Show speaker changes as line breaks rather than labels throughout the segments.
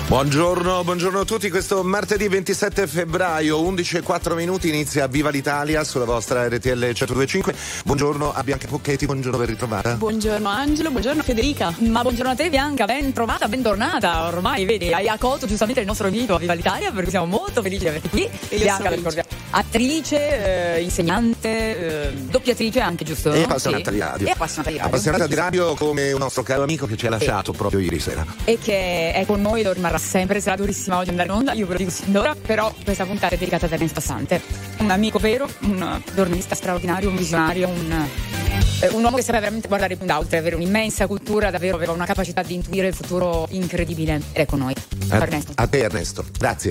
Buongiorno a tutti. Questo martedì 27 febbraio 11:04 inizia Viva l'Italia sulla vostra RTL 102.5. Buongiorno a Bianca Pocchetti, buongiorno, ben ritrovata.
Buongiorno Angelo, buongiorno Federica. Ma buongiorno a te Bianca, ben trovata, bentornata. Ormai vedi, hai accolto giustamente il nostro invito a Viva l'Italia, perché siamo molto felici di averti qui.
E
Bianca, attrice, insegnante, doppiatrice anche, giusto?
E appassionata di radio. Appassionata di radio come un nostro caro amico che ci ha lasciato proprio ieri sera.
E che è con noi, lo rimarrà sempre, sarà durissima oggi andare in onda, io ve lo dico sin d'ora, però questa puntata è dedicata a Terence Passante, un amico vero, un giornalista straordinario, un visionario, un uomo che sapeva veramente guardare più oltre, avere un'immensa cultura, davvero aveva una capacità di intuire il futuro incredibile, ed è con noi. Ernesto.
A te Ernesto, grazie.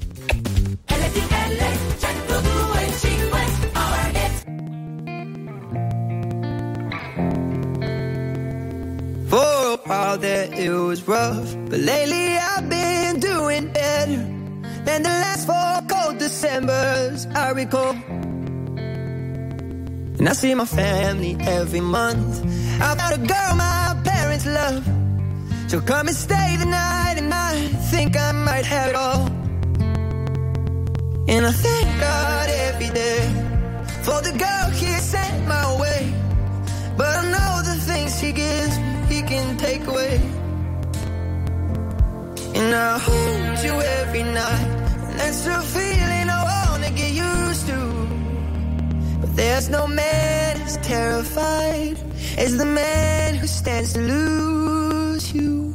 For a while there it was rough, but lately I've been doing better than the last 4 cold Decembers I recall. And I see my family every month. I've got a girl my parents love. She'll come and stay the night, and I think I might have it all. And I thank God every day for the girl He sent my way. But I know the things He gives me He can take away. And I hold you every night, and that's a feeling I wanna get used to. But there's no man as terrified as the man who stands to lose you.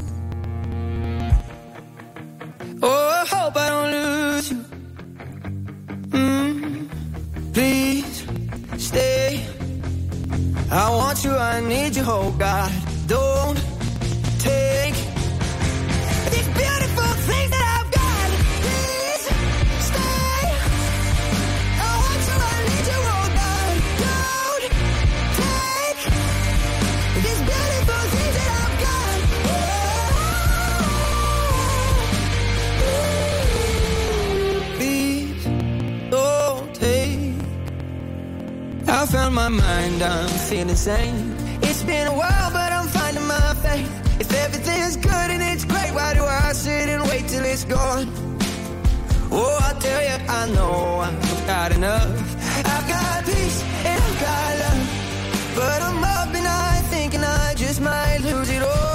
Oh, I hope I don't lose you. Please stay. I want you, I need you, oh God. Don't take these beautiful things that I've got. Please stay. I want you, I need you, oh God. Don't take these beautiful things that I've got. Please don't take. I found my mind, I'm feeling sane. It's been a while, but I'm finding my faith. If everything's good and it's great, why do I sit and wait till it's gone? Oh, I tell you, I know I've got enough. I've got peace and I've got love, but I'm up and I thinking I just might lose it all.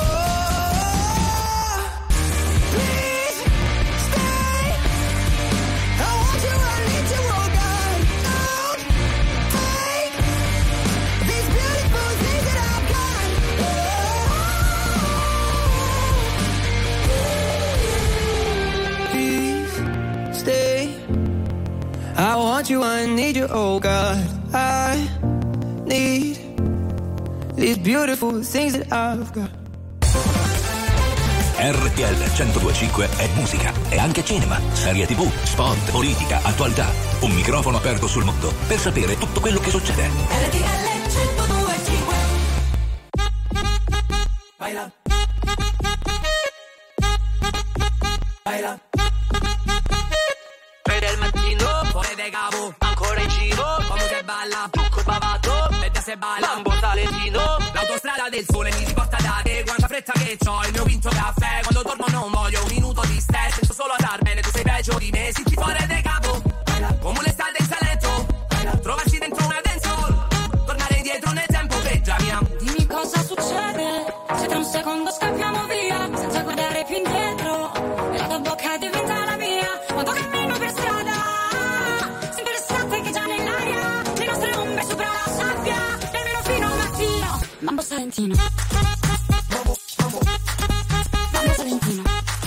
Please stay. I want you, I need you, oh God. Don't take these beautiful things that I've got. Please stay. I want you, I need you, oh God. I need these beautiful things that I've got.
RTL 102.5 è musica, è anche cinema, serie TV, sport, politica, attualità. Un microfono aperto sul mondo per sapere tutto quello che succede.
RTL 102.5. Baila. Baila.
Per il mattino, fuori dai capo, ancora in giro, come se balla, trucco bavato, mentre se balla, Lambo Salentino, l'autostrada del sole mi riporta da te, quanta fretta che c'ho, il mio quinto caffè, quando torno non voglio un minuto di stress, sento solo andar bene, tu sei peggio di me, senti fuori dai capo, come un'estate in Salento, trovarsi dentro una dancehall, tornare indietro nel tempo, peggia mia.
Dimmi cosa succede, se tra un secondo scappiamo via, senza guardare più indietro, e la tua bocca diventa la mia, quando cammino per strada, sento l'estate che già nell'aria, le nostre ombre sopra la sabbia, nemmeno fino al mattino, Mambo Salentino. Mambo Salentino.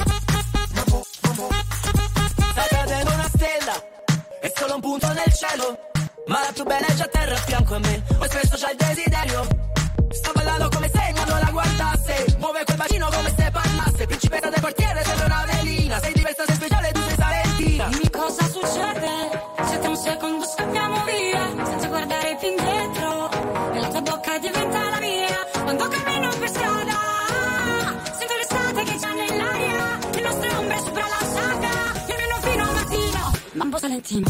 Sta cadendo una stella, è solo un punto nel cielo, ma la più bella è già a terra a fianco a me, poi spesso c'è il desiderio, sta ballando come se quando la guardasse, muove quel bacino come se parlasse, principessa del quartiere sembra una velina, sei diversa, sei speciale, tu sei salentina.
Dimmi cosa succede, se tra un secondo scappiamo via, senza guardare più indietro, e la tua bocca diventa la mia, quando cammino per strada, sento l'estate che già nell'aria, le nostre ombre sopra la sabbia, nemmeno fino al mattino, Mambo Salentino.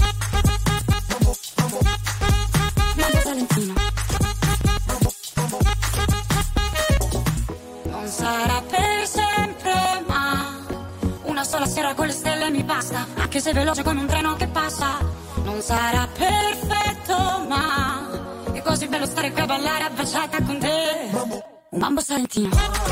Mambo Salentino. Non sarà per stelle mi basta, anche se veloce come un treno che passa. Non sarà perfetto, ma è così bello stare qui a ballare abbracciata con te. Un mambo salentino.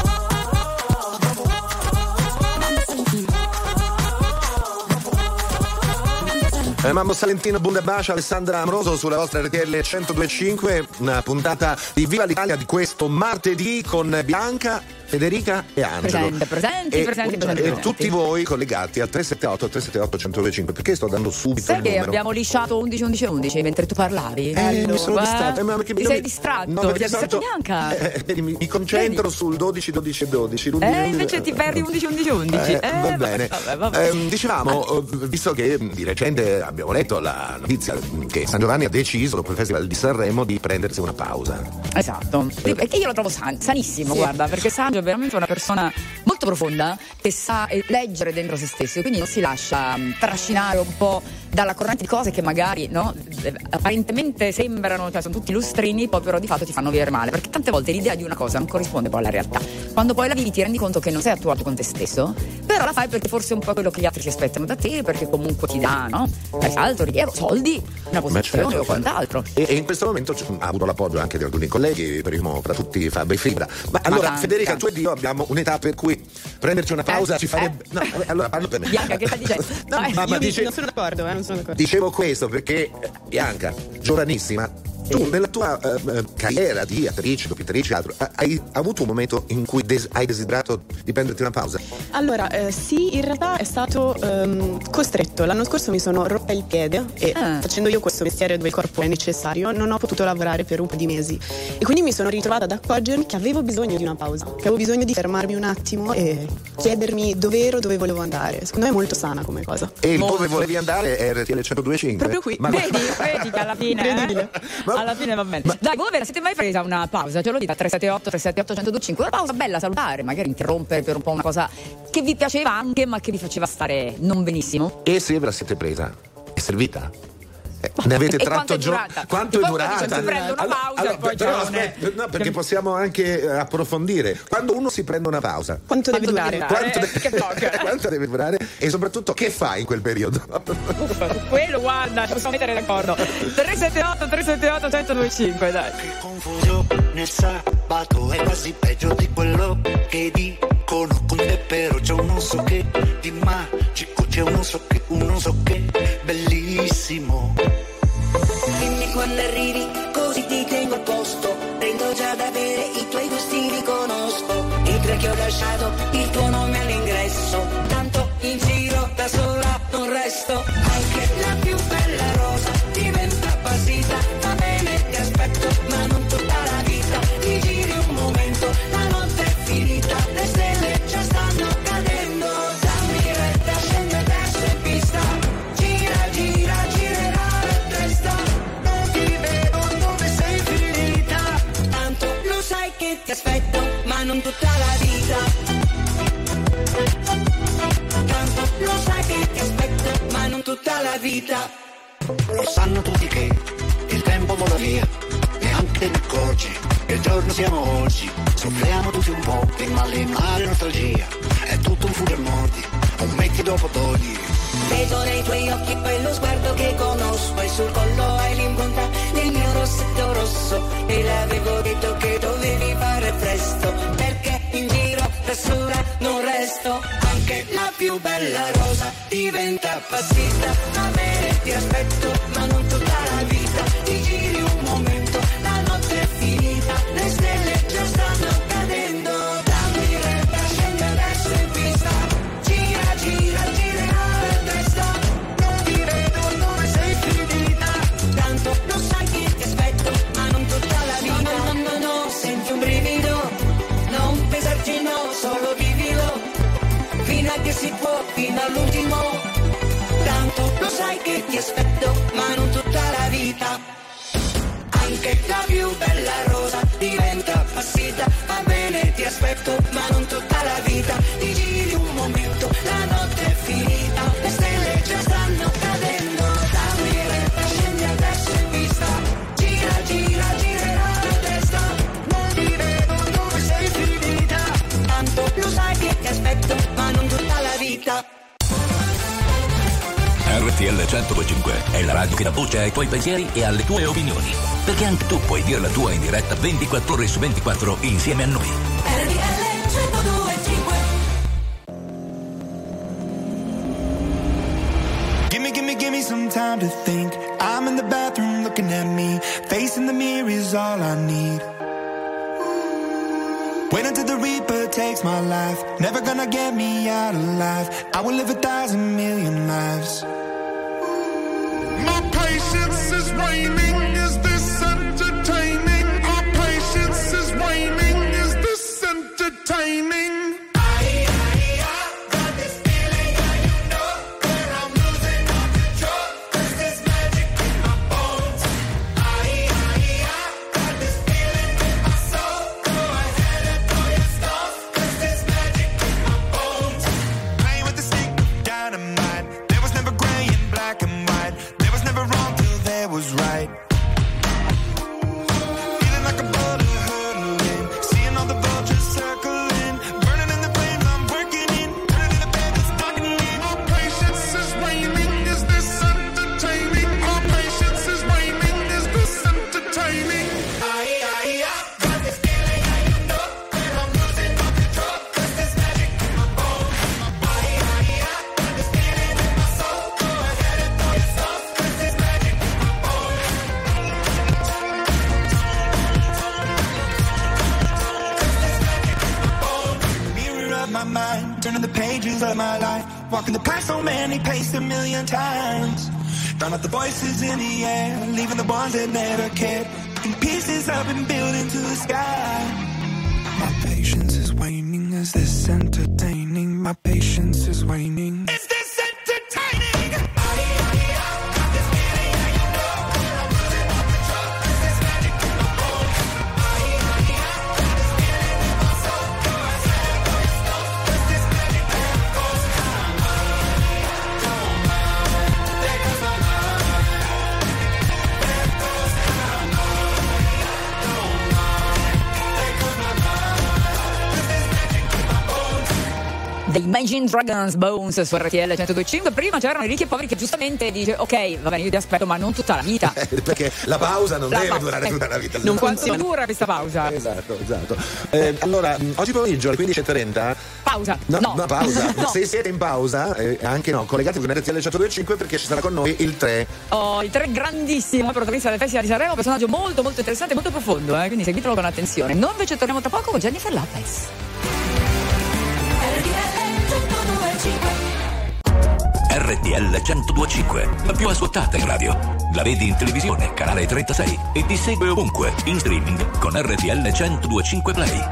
Mambo Salentino, Bunda Bacia, Alessandra Amoroso sulla vostra RTL 102.5, una puntata di Viva l'Italia di questo martedì con Bianca, Federica e Angelo.
Presenti.
E tutti voi collegati al 378-378-1025. Perché sto dando subito
sai
il
che
numero?
abbiamo lisciato 11 mentre tu parlavi?
Mi sono distratto.
Ti sei distratto?
No,
ti hai distratto Bianca?
Mi concentro sul 12-12-12.
Invece ti perdi 11-11-11.
Va bene.
Vabbè.
Dicevamo, visto che di recente abbiamo letto la notizia che San Giovanni ha deciso dopo il Festival di Sanremo di prendersi una pausa.
Esatto. Perché io lo trovo sanissimo, guarda, perché Sangio è veramente una persona molto profonda che sa leggere dentro se stesso, quindi non si lascia trascinare un po' dalla corrente di cose che magari, no, apparentemente sembrano, cioè sono tutti lustrini, poi però di fatto ti fanno vivere male, perché tante volte l'idea di una cosa non corrisponde poi alla realtà. Quando poi la vivi ti rendi conto che non sei a tuo agio con te stesso, però la fai perché forse è un po' quello che gli altri si aspettano da te, perché comunque ti dà, no, salto, rilievo, soldi, una posizione o quant'altro.
E in questo momento ha avuto l'appoggio anche di alcuni colleghi, primo fra tutti Fabio e Fibra. Ma allora,
tanti,
Federica, tu ed io abbiamo un'età per cui prenderci una pausa ci farebbe. No, allora parlo per me.
Bianca, che stai dicendo?
Non sono d'accordo, non sono d'accordo.
Dicevo questo perché Bianca, giovanissima, tu nella tua carriera di attrice, doppiatrice, altro, hai avuto un momento in cui hai desiderato di prenderti una pausa?
Allora, sì, in realtà è stato costretto. L'anno scorso mi sono rotta il piede e facendo io questo mestiere dove il corpo è necessario, non ho potuto lavorare per un po' di mesi. E quindi mi sono ritrovata ad accorgermi che avevo bisogno di una pausa, che avevo bisogno di fermarmi un attimo e chiedermi dove volevo andare. Secondo me è molto sana come cosa.
E dove volevi andare è RTL 102.5?
Proprio qui.
Vedi che alla fine alla fine va bene. Dai, voi ve la siete mai presa una pausa? Ce lo dite a 378-378-1025. Una pausa bella, salutare, magari interrompere per un po' una cosa che vi piaceva anche ma che vi faceva stare non benissimo.
E se ve la siete presa? È servita? Ne avete tratto quanto è durata?
Si prende una pausa e poi
no, perché possiamo anche approfondire. Quando uno si prende una pausa,
quanto deve durare?
Quanto deve durare? E soprattutto che fa in quel periodo?
Quello, guarda, ci possiamo mettere d'accordo. 378-378-1025, dai.
Che confusione, sabato è quasi peggio di quello che dicono con te, però c'è un non so che di magico, c'è un non so che bellissimo.
Dimmi quando arrivi, così ti tengo al posto. Prendo già da bere, i tuoi gusti li conosco. I tre che ho lasciato, il tuo nome all'ingresso. Tanto in giro da sola non resto. Anche la più bella rosa diventa basita. Va bene, ti aspetto, ma non tutta la vita. Ti giri un momento, la notte è finita. Le stelle già stanno cadendo. Dammi retta, scende verso in pista. Gira, gira, girerà la testa. Non ti vedo dove sei finita. Tanto lo sai che ti aspetto, ma non tutta la vita. Tanto lo sai che ti aspetto, ma non tutta la vita.
Lo sanno tutti che il tempo vola via, neanche ne accorgi, che giorno siamo oggi. Soffriamo tutti un po', di male nostalgia. È tutto un fugge mordi, un metti dopo togli.
Vedo nei tuoi occhi quello sguardo che conosco. E sul collo hai l'impronta del mio rossetto rosso. E l'avevo detto che dovevi fare presto, perché in giro da sola non resto. Anche la più bella rosa diventa appassita. Va bene, ti aspetto, ma non tutta la vita. Ti giri un momento, la notte è finita. Le stelle già stanno cadendo. Dammi retta, scende adesso in pista. Gira, gira, girerà la testa. Non ti vedo dove sei finita. Tanto lo sai che ti aspetto, ma non tutta la vita. No, senti un brivido. Non pesarci, no, solo vivilo. Fino a che si può, fino all'ultimo. Tanto lo sai che ti aspetto, ma non tutta la vita. Anche la più bella rosa diventa appassita. Va bene, ti aspetto, ma non tutta la vita. Ti giri un momento, la notte è finita. Le stelle già stanno cadendo. Dammi retta, scendi adesso in pista. Gira, gira, girerà la testa. Non ti vedo dove sei finita. Tanto lo sai che ti aspetto, ma non tutta la vita.
102.5 è la radio che dà voce ai tuoi pensieri e alle tue opinioni. Perché anche tu puoi dire la tua in diretta 24 ore su 24 insieme a noi.
RTL 102.5.
Give me some time to think. I'm in the bathroom looking at me. Facing the mirror is all I need. Wait until the Reaper takes my life. Never gonna get me out alive. I will live 1,000 million lives.
My patience is waning. Is this entertaining? Our patience is waning. Is this entertaining?
Was right. Feeling like a bullet hurtling, seeing all the vultures circling, burning in the flames I'm working in, turning in the bed that's darkening.
Our patience is waning. Is this entertaining? Our patience is waning. Is this entertaining?
Got this feeling, you know that I'm losing my control. 'Cause there's magic in my bones. Got this feeling in my soul. Go ahead and throw yourself. 'Cause there's magic in my bones. Mirror of my mind, turning the pages of my life, walking the path so many paced 1,000,000 times. Drown out the voices in the air, leaving the ones that never cared. Picking pieces up and building to the sky. My patience is waning. Is this entertaining? My patience is waning. Is this entertaining? Got this feeling, yeah, you know that I'm losing my control. 'Cause there's magic in my bones. Got this feeling in my soul. Go ahead and throw your stuff. 'Cause there's magic in my bones. There goes my mind. There goes my mind. There goes my mind. 'Cause there's magic in my bones.
The Imagine Dragons Bones su RTL 102.5. Prima c'erano i ricchi e poveri che giustamente dice ok, va bene, io ti aspetto, ma non tutta la vita.
Perché la pausa non deve durare tutta la vita.
Non quanto dura questa pausa?
Esatto. Allora, oggi pomeriggio alle 15:30
Pausa.
No, pausa.
No.
Se siete in pausa, anche no, collegatevi con RTL 102.5 perché ci sarà con noi il 3.
Il 3 grandissimo protagonista del Festival di Sanremo, personaggio molto molto interessante, molto profondo, quindi seguitelo con attenzione. Noi invece torniamo tra poco con Jennifer Lopez.
RTL 102.5, la più ascoltata in radio. La vedi in televisione, canale 36 e ti segue ovunque, in streaming con RTL 102.5 Play.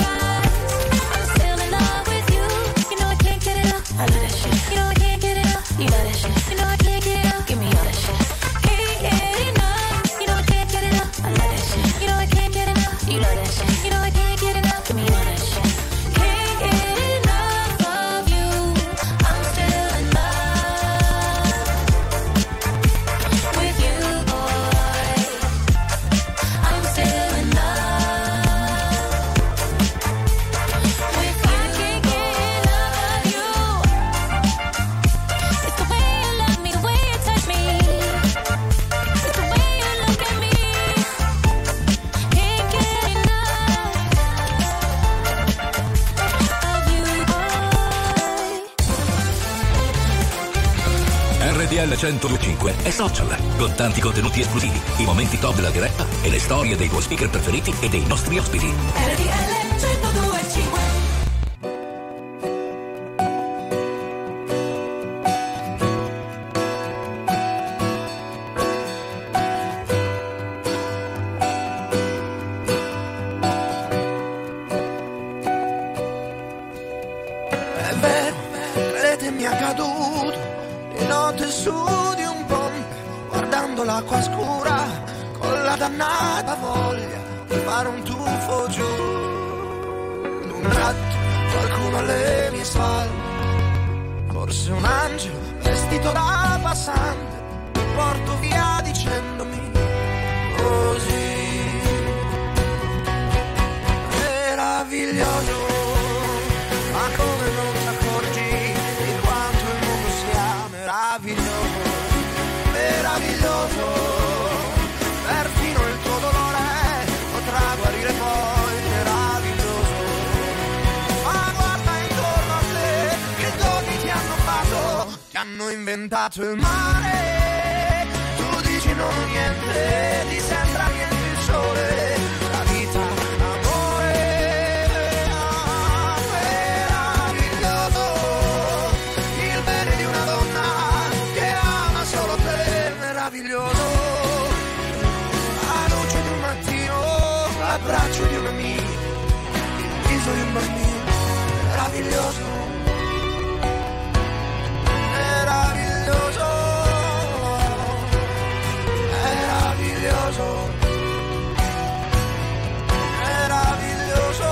I love that shit. You know I can't get enough.
RTL 102.5 è social, con tanti contenuti esclusivi, i momenti top della diretta e le storie dei tuoi speaker preferiti e dei nostri ospiti.
RTL 102.5.
È vero, credetemi è accaduto, di notte su di un ponte, guardando l'acqua scura, con la dannata voglia di fare un tuffo giù. In un tratto qualcuno alle mie spalle, forse un angelo vestito da passante, mi porto via dicendomi così. Meraviglioso, ma come non ti accorgi di quanto il mondo sia meraviglioso, meraviglioso, perfino il tuo dolore potrà guarire poi, meraviglioso. Ma guarda intorno a te, che doni ti hanno fatto, ti hanno inventato il mare, tu dici non ho niente, ti sembra niente il sole, la vita, l'amore, meraviglioso, il bene di una donna che ama solo te, meraviglioso, la luce di un mattino, l'abbraccio di un amico, il viso di un bambino, meraviglioso, meraviglioso, meraviglioso, meraviglioso.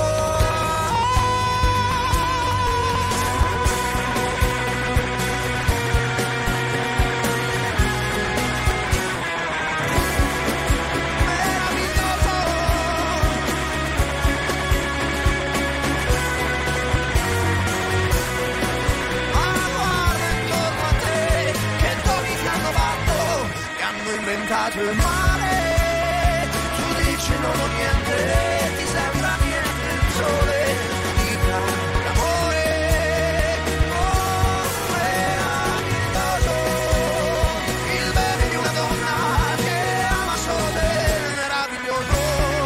Inventato il mare, tu dici non ho niente, ti sembra niente il sole, la vita, l'amore, oh, meraviglioso, il bene di una donna che ama solo te, meraviglioso,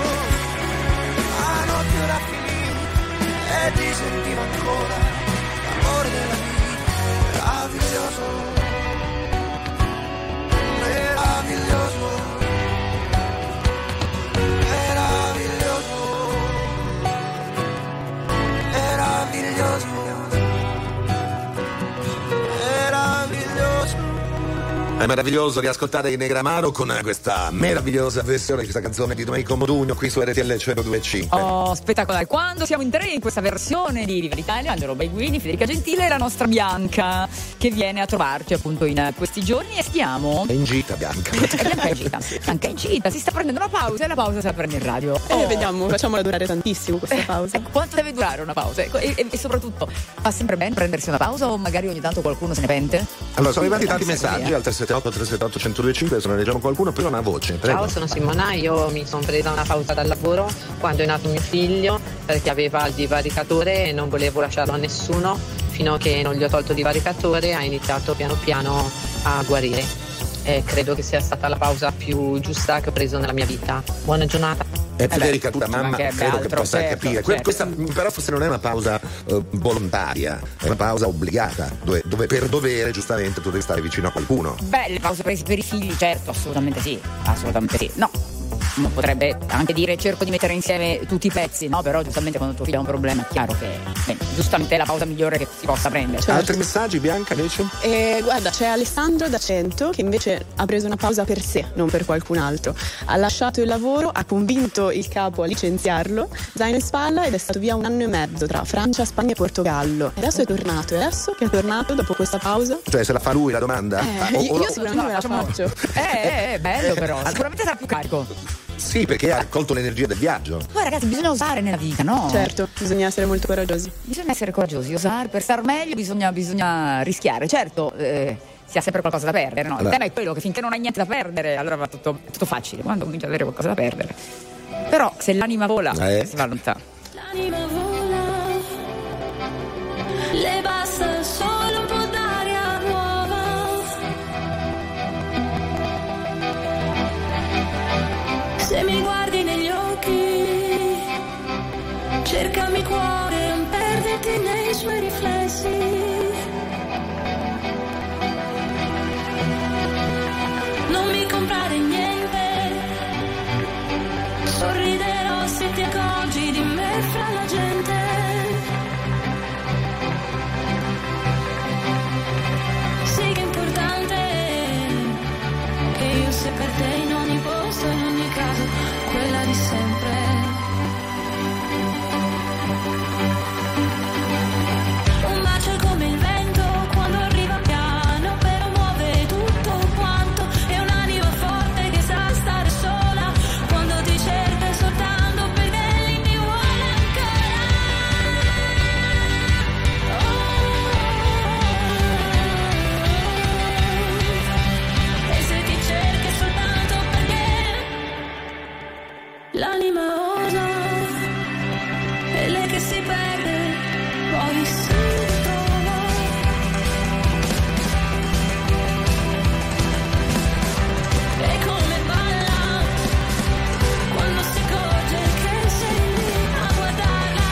la notte era finita e ti sentivo ancora l'amore della vita, meraviglioso, meraviglioso, meraviglioso, meraviglioso.
È meraviglioso riascoltare i Negramaro con questa meravigliosa versione di questa canzone di Domenico Modugno qui su RTL 102.5.
Oh, spettacolare. Quando siamo in tre in questa versione di Viva l'Italia, Angelo Baiguini, Federica Gentile e la nostra Bianca che viene a trovarci appunto in questi giorni e stiamo...
È in gita Bianca.
Bianca è in gita. Bianca è in gita, si sta prendendo una pausa e la pausa se la prende in radio.
Vediamo, facciamola durare tantissimo questa pausa.
Ecco, quanto deve durare una pausa? E soprattutto, fa sempre bene prendersi una pausa o magari ogni tanto qualcuno se ne pente?
Allora, sono arrivati tanti messaggi al 378 1025, adesso ne leggiamo qualcuno, poi una voce. Prego.
Ciao, sono Simona, io mi sono presa una pausa dal lavoro quando è nato mio figlio perché aveva il divaricatore e non volevo lasciarlo a nessuno, fino a che non gli ho tolto il divaricatore ha iniziato piano piano a guarire. Credo che sia stata la pausa più giusta che ho preso nella mia vita. Buona giornata.
Federica, tu da mamma credo che possa capire. Questa però forse non è una pausa volontaria, è una pausa obbligata, dove per dovere giustamente tu devi stare vicino a qualcuno.
Beh, le pause per i figli, certo, assolutamente sì. No, uno potrebbe anche dire cerco di mettere insieme tutti i pezzi, no? Però giustamente quando tuo figlio ha un problema è chiaro che giustamente è la pausa migliore che si possa prendere.
Certo.
Altri messaggi, Bianca, invece?
Guarda, c'è Alessandro da Cento che invece ha preso una pausa per sé, non per qualcun altro. Ha lasciato il lavoro, ha convinto il capo a licenziarlo, zaino in spalla, ed è stato via 1 anno e mezzo tra Francia, Spagna e Portogallo. E adesso è tornato, e adesso che è tornato dopo questa pausa?
Cioè, se la fa lui la domanda?
Io sicuramente me la faccio.
Bello però, sicuramente sarà più carico.
Sì, perché ha raccolto l'energia del viaggio.
Poi ragazzi, bisogna osare nella vita, no?
Certo, bisogna essere molto coraggiosi.
Bisogna essere coraggiosi, osare, per star meglio bisogna rischiare. Certo, si ha sempre qualcosa da perdere, no? Il tema è quello che finché non hai niente da perdere, allora va tutto facile. Quando cominci ad avere qualcosa da perdere. Però se l'anima vola, si va lontano.
L'anima vola, le basta solo un po' d'aria nuova. suoi riflessi. Non mi comprare niente, sorriderò se ti accorgi di me fra la gente. Sì che è importante che io sia per te in ogni posto, in ogni caso, quella di sempre. Un bacio è come il vento quando arriva piano, però muove tutto quanto. È un'anima forte che sa stare sola quando ti cerca soltanto perché lì ti vuole ancora. E se ti cerca soltanto perché l'anima osa, è lei che si perde, poi si ritrova. E come balla quando si accorge che sei lì a guardarla.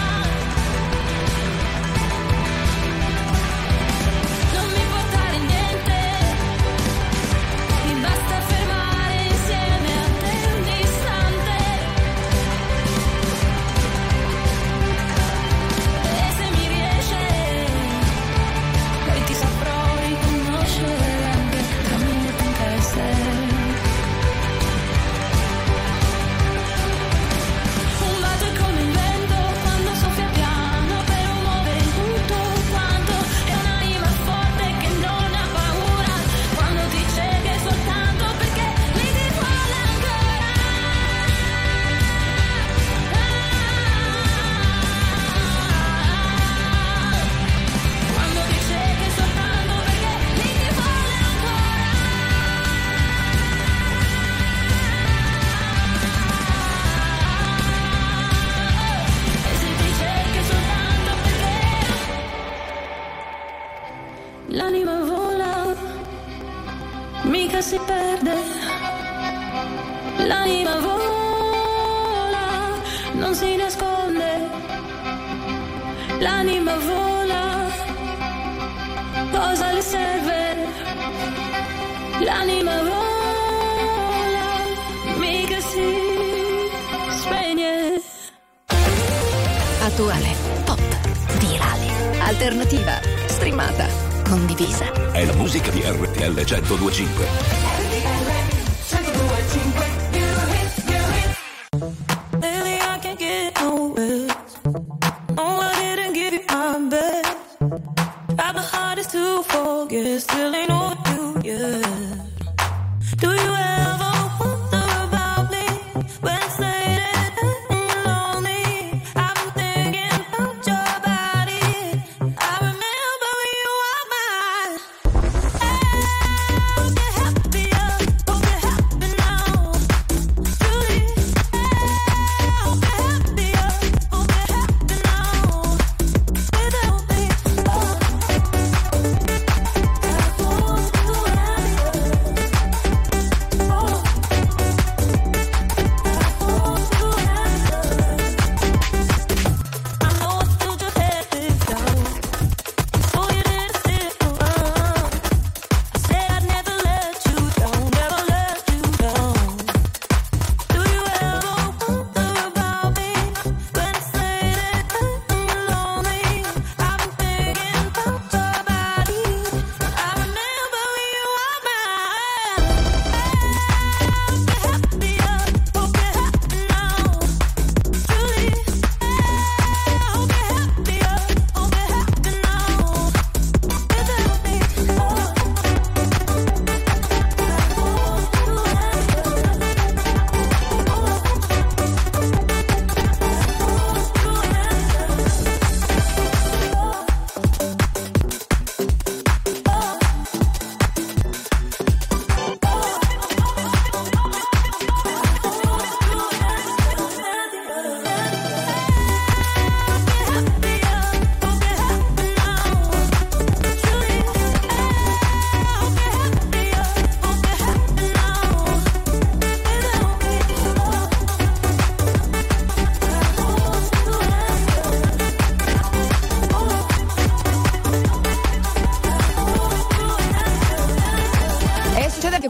Non mi portare niente, mi basta fermare insieme a te un istante. E se mi riesce, poi ti saprò riconoscere anche tra mille tempeste. Un bacio è come il vento quando soffia piano, però muove tutto quanto. È un'anima forte che non ha paura quando ti cerca soltanto perché lì ti vuole ancora. Quando ti cerca soltanto perché lì ti vuole ancora. E se ti cerca soltanto perché l'anima vola, mica si perde. L'anima vola, non si nasconde. L'anima vola, cosa le serve? L'anima vola, mica si spegne.
Attuale, pop, virale, alternativa, streamata, condivisa.
È la musica di RTL 102.5.
Lately I can't get no rest. No, I didn't give you my best. Tried the hardest to forget, still ain't over you yet. Do you ever wonder about me when it's late at night and you're lonely? I've been thinking about your body. I remember when you were mine. Hope you're happier, hope you're happy now. Truly, hope you're happier, hope you're happy now. Without me, oh.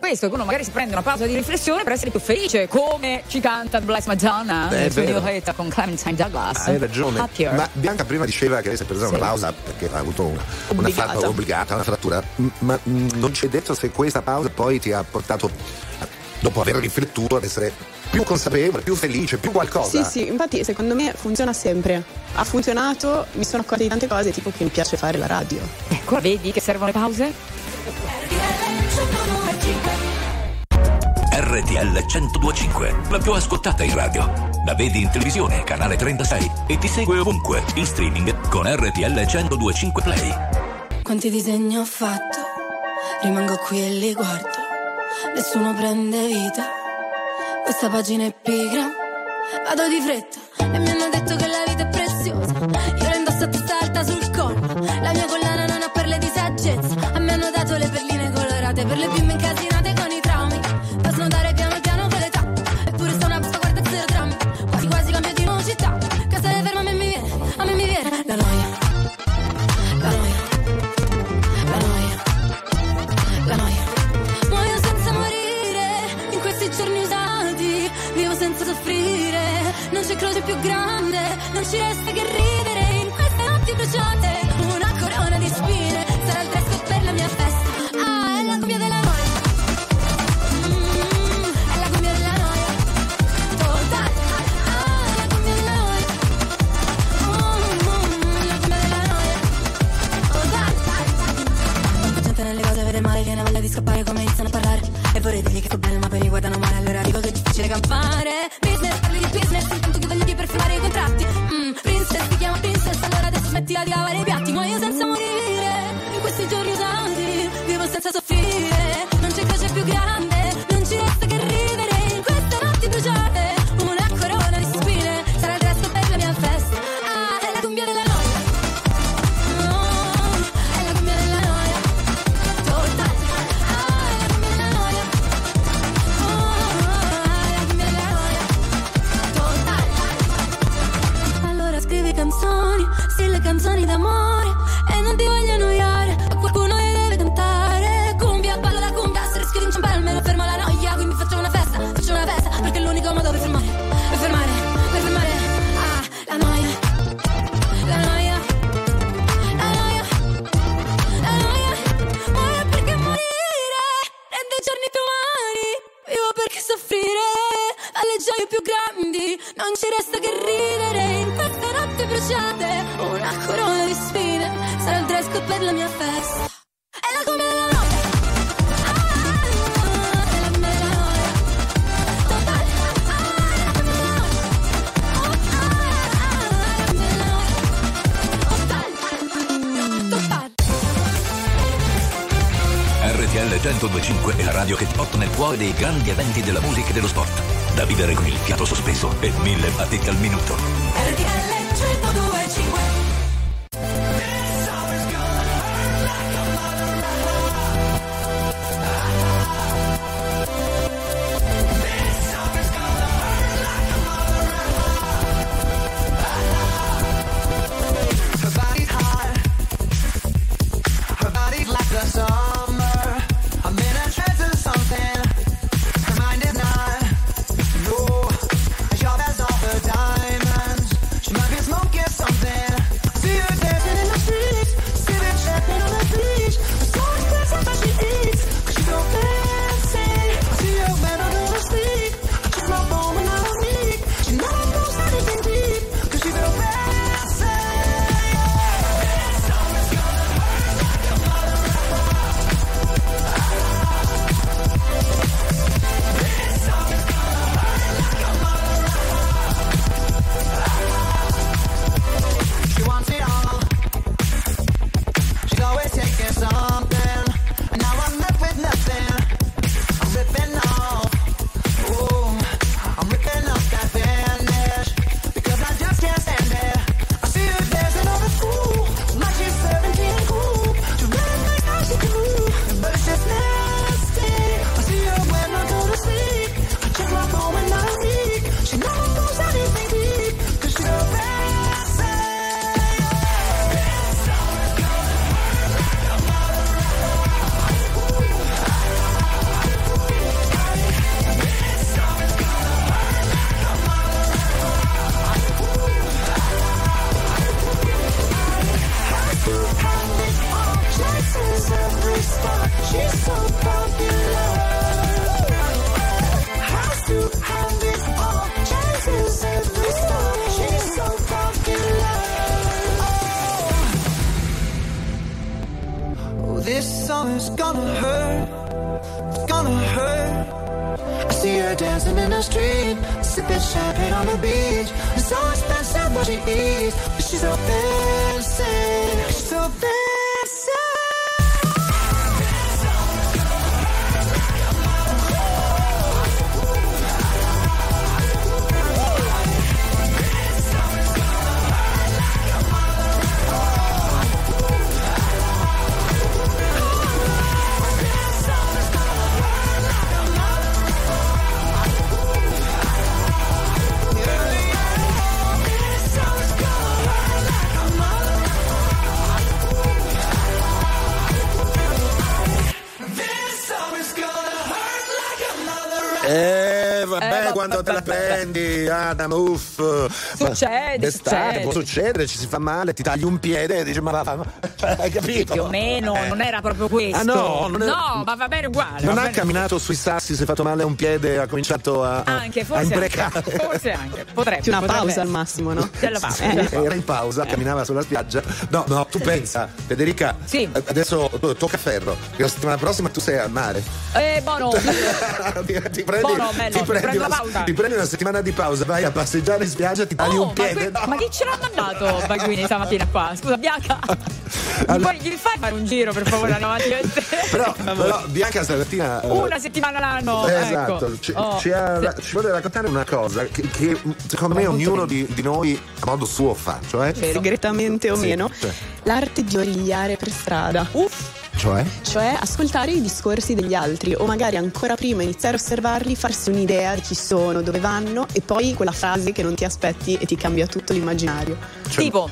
questo, che uno magari si prende una pausa di riflessione per essere più felice, come ci canta Bless Madonna nel suo duetto con Clementine Douglas.
Hai ragione.
Happier.
Ma Bianca prima diceva che lei si è presa una pausa perché ha avuto una frattura, ma non ci è detto se questa pausa poi ti ha portato, dopo aver riflettuto, ad essere più consapevole, più felice, più qualcosa.
Sì, infatti secondo me funziona sempre. Ha funzionato, mi sono accorta di tante cose, tipo che mi piace fare la radio.
Ecco, vedi che servono le pause?
RTL 102.5, la più ascoltata in radio. La vedi in televisione, canale 36, e ti segue ovunque, in streaming con RTL 102.5 Play.
Quanti disegni ho fatto, rimango qui e li guardo, nessuno prende vita, questa pagina è pigra, vado di fretta e mi hanno detto che la vita è preziosa, io la indosso a testa alta sul collo, la mia collana non ha perle di saggezza, a me hanno dato le perline colorate per le bimbe incasinate con i traumi, fa snodare piano piano con l'età, eppure sta una pista guarda zero drammi, quasi quasi cambio di nuovo città, casa è ferma a me mi viene la noia, muoio senza morire, in questi giorni usati, vivo senza soffrire, non c'è croce più grande, non ci resta che ridere, in queste notti bruciate, una corona di spine, sarà il dress code per la mia festa, è la cumbia della noia, è la cumbia della noia, totale, è la cumbia della noia, la cumbia della noia, totale. Gente nelle cose vede male, viene voglia di scappare come iniziano a parlare, e vorrei dirgli che sto bene ma poi mi guardano male, allora dico che è difficile campare. Business, parli di business, intanto chiudo gli occhi per firmare i contratti. Princess, ti chiama princess, allora adesso smettila di lavare i piatti. Muoio senza morire, in questi giorni usati, vivo senza soffrire, non c'è croce più grande, non ci resta che ridere, in queste notti bruciate, una corona di spine, sarà il resto per la mia festa, è la cumbia della noia, è la cumbia della noia, totale, è la cumbia della noia, è la cumbia della noia, totale. Allora scrivi canzoni, stile canzoni d'amore, e non ti voglio annoiare, a qualcuno le deve cantare, cumbia, ballo la cumbia, se rischio di inciampare almeno fermo la noia, quindi faccio una festa, perché è l'unico modo per fermare, la noia, la noia, la noia, la noia, muoio perché morire rende i giorni più umani, vivo perché soffrire alle gioie più grandi, non ci resta che ridere, in queste notti bruciate, una corona di spine, sarà il dress code per la mia festa, è la cumbia della noia, è la cumbia della noia, totale, è la cumbia della noia, totale.
RTL 102.5 è la radio che ti porta nel cuore dei grandi eventi della musica e dello sport, da vivere con il fiato sospeso e 1000 battiti al minuto.
RTL 102.5.
She might be She's so popular. Has to have it all. Chances every stop. She's so popular. Oh, this song is gonna hurt. It's gonna hurt. I see her dancing in the street, sipping champagne on the beach. It's so expensive what she eats, but she's so fancy. She's so fancy.
Vabbè, quando te la prendi, Adam, uff.
Succede.
Può succedere, ci si fa male, ti tagli un piede e dici ma hai capito?
Più o meno, non era proprio questo.
Ah no,
no, ma va bene uguale.
Non ha camminato sui sassi, si è fatto male a un piede, ha cominciato a imprecare.
Forse anche, potrebbe.
Una pausa al massimo, no?
Era in pausa, camminava sulla spiaggia. No, tu pensa, Federica,
sì.
Adesso tocca ferro, che la settimana prossima tu sei al mare.
Buono.
ti prendi una settimana di pausa, vai a passeggiare in spiaggia, ti tagli un piede.
Ma chi ce l'ha mandato Baguini stamattina qua? Scusa, Bianca. Poi gli fai fare un giro per favore avanti a te.
Però Bianca stamattina
una settimana l'anno.
Esatto,
ecco.
ci vuole raccontare una cosa che secondo me ognuno di noi a modo suo fa, cioè
segretamente o meno, l'arte di origliare per strada. Cioè ascoltare i discorsi degli altri o magari ancora prima iniziare a osservarli, farsi un'idea di chi sono, dove vanno e poi quella frase che non ti aspetti e ti cambia tutto l'immaginario.
Tipo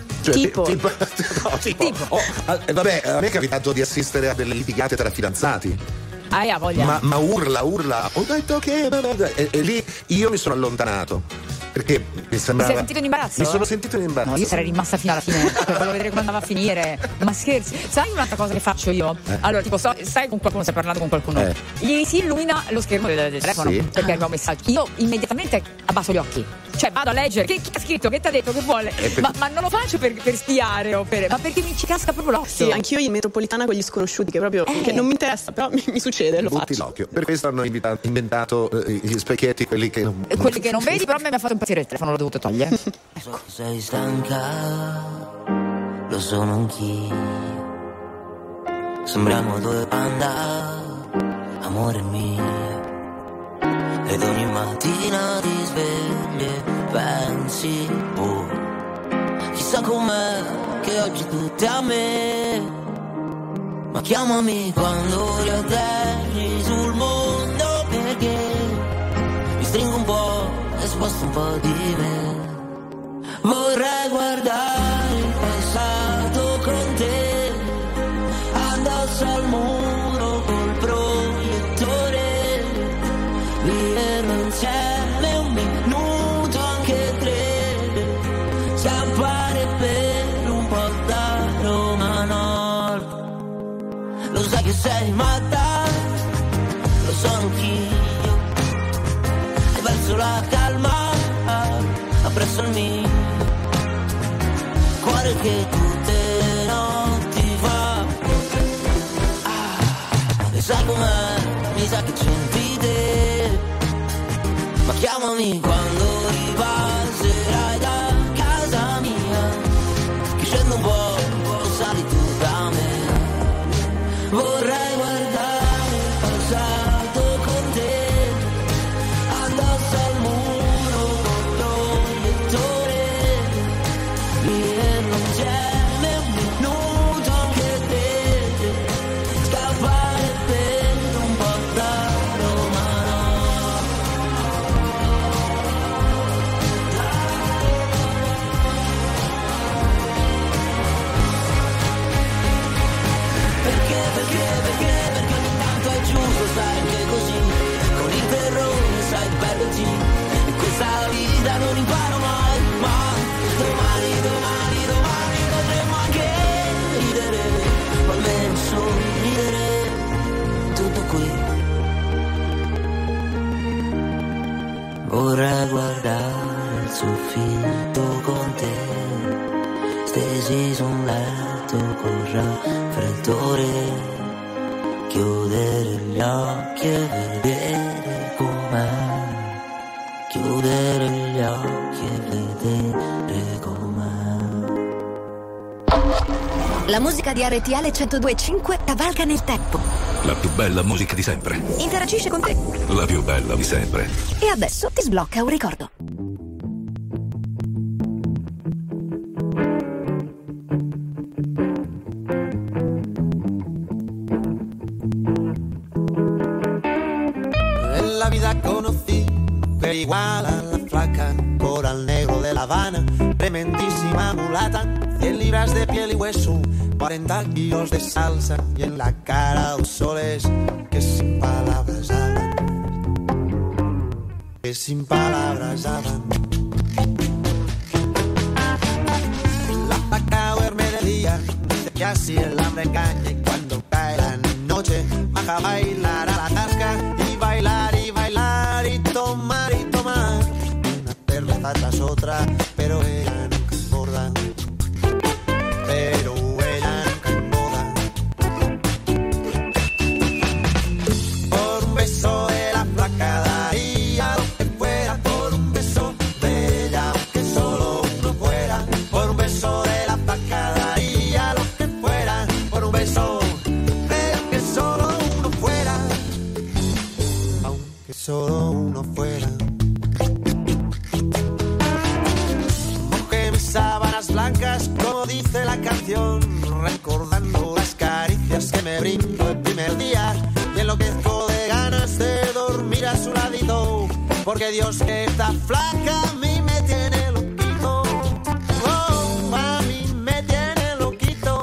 vabbè, a me è capitato di assistere a delle litigate tra fidanzati.
Voglia.
Ma urla, ho detto che e lì io mi sono allontanato perché mi sembrava.
Ti sei sentito in imbarazzo?
Mi sono sentito in imbarazzo.
No, io sarei rimasta fino alla fine volevo vedere come andava a finire. Ma scherzi, sai un'altra cosa che faccio io? Allora, tipo, sai con qualcuno, stai parlando con qualcuno, gli si illumina lo schermo del telefono perché arriva un messaggio. Io immediatamente abbasso gli occhi, cioè vado a leggere che ha scritto, che ti ha detto, che vuole, ma non lo faccio per spiare ma perché mi ci casca proprio l'occhio.
Sì, anch'io in metropolitana con gli sconosciuti che proprio che non mi interessa, però mi succede, lo
butti
faccio.
L'occhio. Per questo hanno inventato gli specchietti, quelli che non
vedi, però a me mi ha fatto impazzire il telefono, l'ho dovuto togliere.
So che sei stanca, lo sono anch'io. Sembriamo due panda, amore mio. Ed ogni mattina ti svegli e pensi, chissà com'è che oggi tutti a me. Ma chiamami quando riatterri sul mondo, perché mi stringo un po' e sposto un po' di me. Vorrei guardare il passato con te, addosso al muro col proiettore, viverlo insieme un minuto, anche tre, scappare per un po' da Roma Nord. Lo sai che sei matta, lo sono anch'io, e verso la calma appresso il mio cuore che tutte le notti fa. E sai com'è, mi sa che c'entri te. Ma chiamami quando ripasserai da casa mia, che scendo un po' e sali tu da me. Vorrei guardare il passato con te, addosso al muro col proiettore, viverlo insieme un minuto, anche te, scappare per un po' da Roma Nord. Perché
letto con raffreddore, chiudere gli occhi e vedere com'è, chiudere gli occhi e vedere com'è.
La musica di RTL 102.5 cavalca nel tempo.
La più bella musica di sempre.
Interagisce con te.
La più bella di sempre.
E adesso ti sblocca un ricordo.
Nella vita conocí per igual a la flaca, coral negro de La Habana, tremendísima mulata, 100 libras de piel y hueso, 40 kilos de salsa y en la cara dos soles que sin palabras hablan, que sin palabras hablan. La vaca duerme de día, dice que así el hambre engaña y cuando cae la noche baja a bailar a la tasca y bailar y tomar una cerveza tras otra, pero ella nunca engorda, pero ella nunca engorda. Por un beso de la flaca daría lo que fuera, por un beso de ella aunque solo uno fuera, por un beso de la flaca daría lo que fuera, por un beso de ella aunque solo uno fuera, aunque solo uno fuera. Mojé mis sábanas blancas, como dice la canción, recordando las caricias que me brindo el primer día, y enloquezco de ganas de dormir a su ladito, porque Dios que está flaca a mí me tiene loquito, oh, a mí me tiene loquito.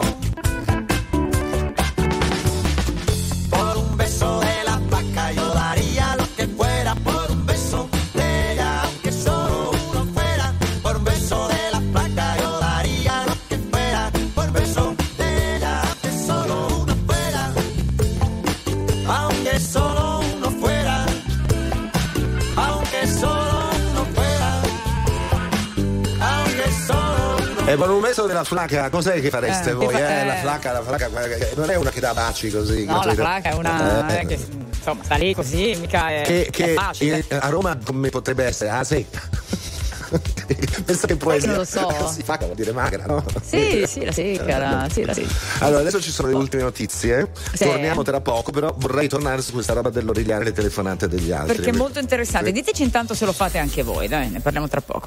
Por un beso de la flaca yo daría lo que fuera, por un beso de ella aunque solo uno fuera, por un beso de la flaca yo daría lo que fuera, por un beso de ella aunque solo uno fuera, aunque solo uno fuera, aunque solo uno fuera, aunque solo uno.
E per un beso della flaca, cos'è che fareste voi?
che
La flaca non è una che dà baci così.
No, la flaca è una che insomma sta lì così, mica è facile.
A Roma come potrebbe essere? Ah, secca. Penso che poesia
non lo so.
Si fa, vuol dire magra, no?
Sì, la secca, sì.
Allora, adesso ci sono le ultime notizie.
Sì.
Torniamo tra poco, però vorrei tornare su questa roba dell'origliare le telefonate degli altri.
Perché è molto interessante.
Sì.
Diteci intanto se lo fate anche voi, dai, ne parliamo tra poco.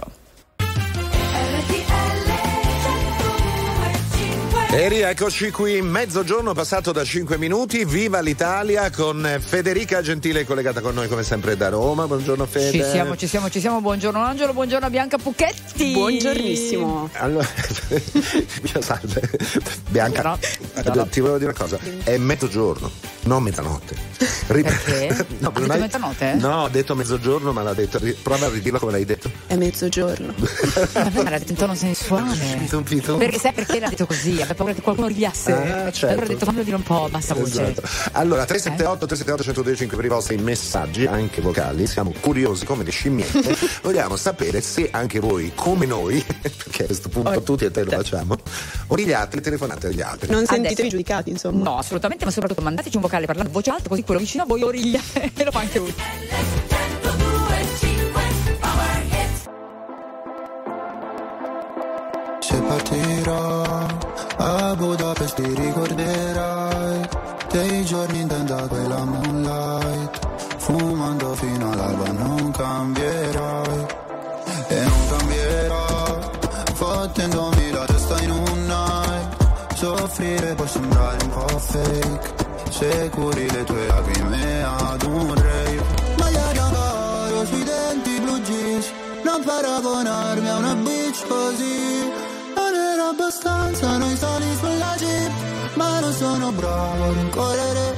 E rieccoci qui, mezzogiorno passato da 5 minuti, viva l'Italia con Federica Gentile collegata con noi come sempre da Roma. Buongiorno Fede.
Ci siamo, buongiorno Angelo, buongiorno Bianca Pucchetti.
Buongiornissimo.
Allora, salve. Bianca, ti volevo dire una cosa, è mezzogiorno, non mezzanotte.
Perché?
No,
ha detto mezzanotte?
No, ho detto mezzogiorno, ma l'ha detto, prova a ridirlo come l'hai detto.
È mezzogiorno.
Vabbè, ma l'ha detto in tono sensuale. Perché sai perché l'ha detto così? Aveva paura che qualcuno ridiasse.
Certo.
Allora ha detto fammelo dire un po', basta voce.
Esatto. Allora 378-378-125 per i vostri messaggi, anche vocali. Siamo curiosi come le scimmiette. Vogliamo sapere se anche voi, come noi, perché a questo punto tutti e te lo facciamo, origliate le telefonate agli altri.
Non sentitevi giudicati, insomma.
No, assolutamente, ma soprattutto mandateci un vocale parlando a voce alta, così quello vicino a voi origlia e lo fa anche lui.
Se partirò a Budapest ti ricorderai dei giorni in tenda quella moonlight, fumando fino all'alba non cambierai e non cambierò, fottendomi la testa in un night, soffrire può sembrare un po' fake, se curi le tue lacrime ad un rave, maglia d'oro sui denti blue jeans, non paragonarmi a una bitch così. Non era abbastanza, noi sali sulla jeep, ma non sono bravo a rincorrere.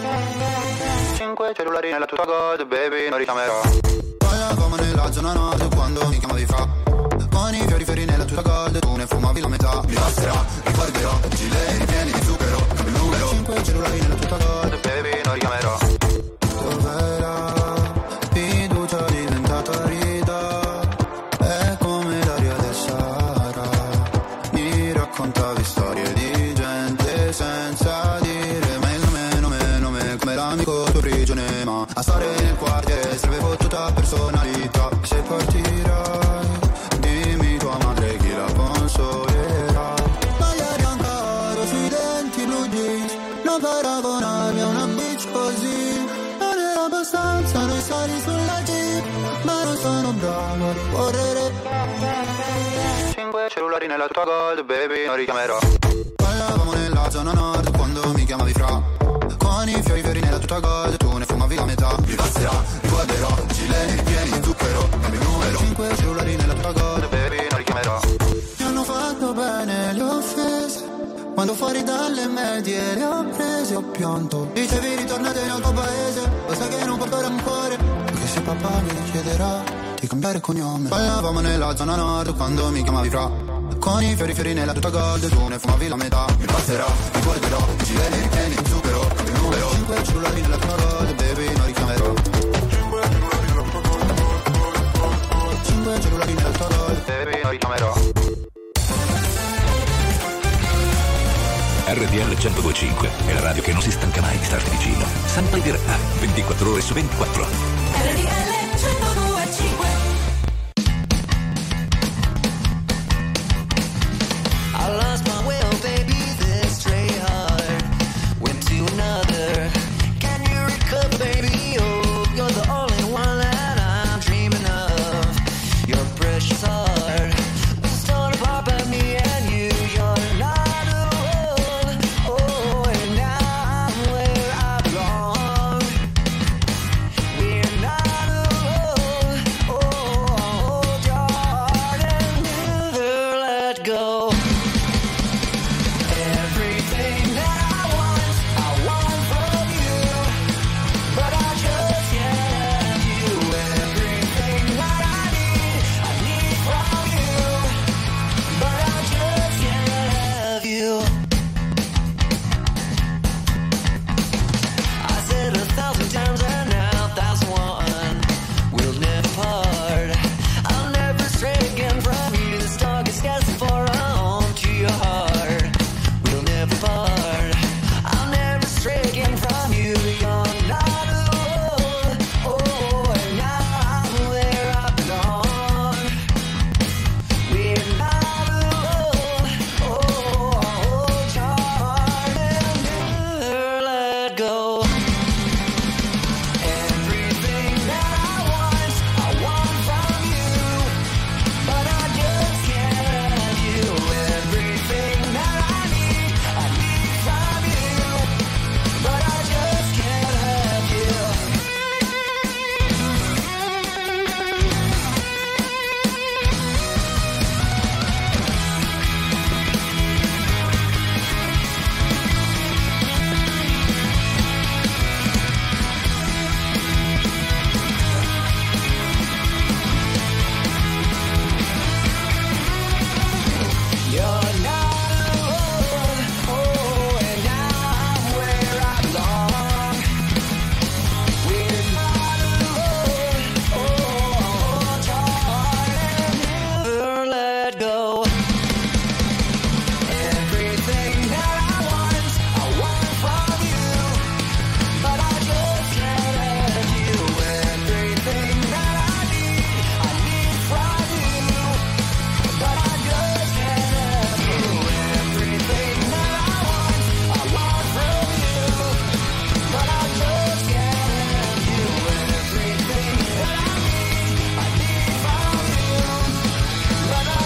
5 cellulari nella tua god, baby, non richiamerò. Poi la fama nella zona nord, quando mi chiamavi fa. Con i fiori nella tua god, tu ne fumavi la metà. Mi passerà, ricorderò, gilet, ripieni di zucchero, cambio il numero. 5 cellulari nella tua god, baby, non richiamerò. Dov'è la fiducia diventata rida? È come l'aria del Sahara, mi raccontavi storie migliaia di gente senza dire mai il nome come l'amico tuo prigione, ma a stare nel quartiere serve fottuta personalità. Se partirai dimmi tua madre chi la consolerà. Magliari ancora sui denti blu jeans, non paragonarmi a una bitch così. Non era abbastanza noi sali sulla jeep, ma non sono bravo a ricorrere. 5 cellulari nella tua gold, baby, non richiamerò. Ballavamo nella zona nord quando mi chiamavi fra. Con i fiori nella tua gold, tu ne fumavi la metà. Mi passerà, riguarderò, gileni pieni di zucchero, cambio il numero. 5 cellulari nella tua gold, baby, non richiamerò. Mi hanno fatto bene le offese, quando fuori dalle medie le ho prese, ho pianto. Dicevi ritornate nel tuo paese, lo sai che non porto rancore, perché se papà mi chiederà di cambiare cognome. Ballavamo nella zona nord quando mi chiamavi fra. Con i fiori nella tua gold, tu ne fumavi la metà. Mi passerà, ricorderò, gileni ripieni di zucchero, cambio il numero. 5 cellulari nella tua gold, baby, non richiamerò. 5 cellulari nella tua gold, baby, non richiamerò.
RTL 102.5 è la radio che non si stanca mai di starti vicino. Sempre in diretta, 24 ore su 24.
RTL 102.5.
I lost my will, baby, this stray heart went to another. Can you recover, baby? Oh, you're the only one that I'm dreaming of. Your precious heart was torn apart by me and you. You're not alone. Oh, and now I'm where I belong. We're not alone. Oh, hold your heart and never let go. Everything that I want from you, but I just can't have you. Everything that I need from you, but I just can't have you. I said 1,000 times and now 1,001, we'll never part. I'll never stray again from you. This dog is destined for a home to your heart. We'll never part. I'll never stray again from you. You're not alone. Oh, and now I'm where I belong. We're not alone. Oh, hold your heart and never let go. Everything that I want from you, but I just can't have you. Everything that I need from you, but I just can't have you. You're not alone. Oh, and now I'm where I belong. We're not alone. Oh, hold your heart and never let go. Everything that I want from you, but I just can't have you. Everything that I need from you, but I just can't have you. Everything that I want from you, but I just can't have you. Everything that I need from you, but I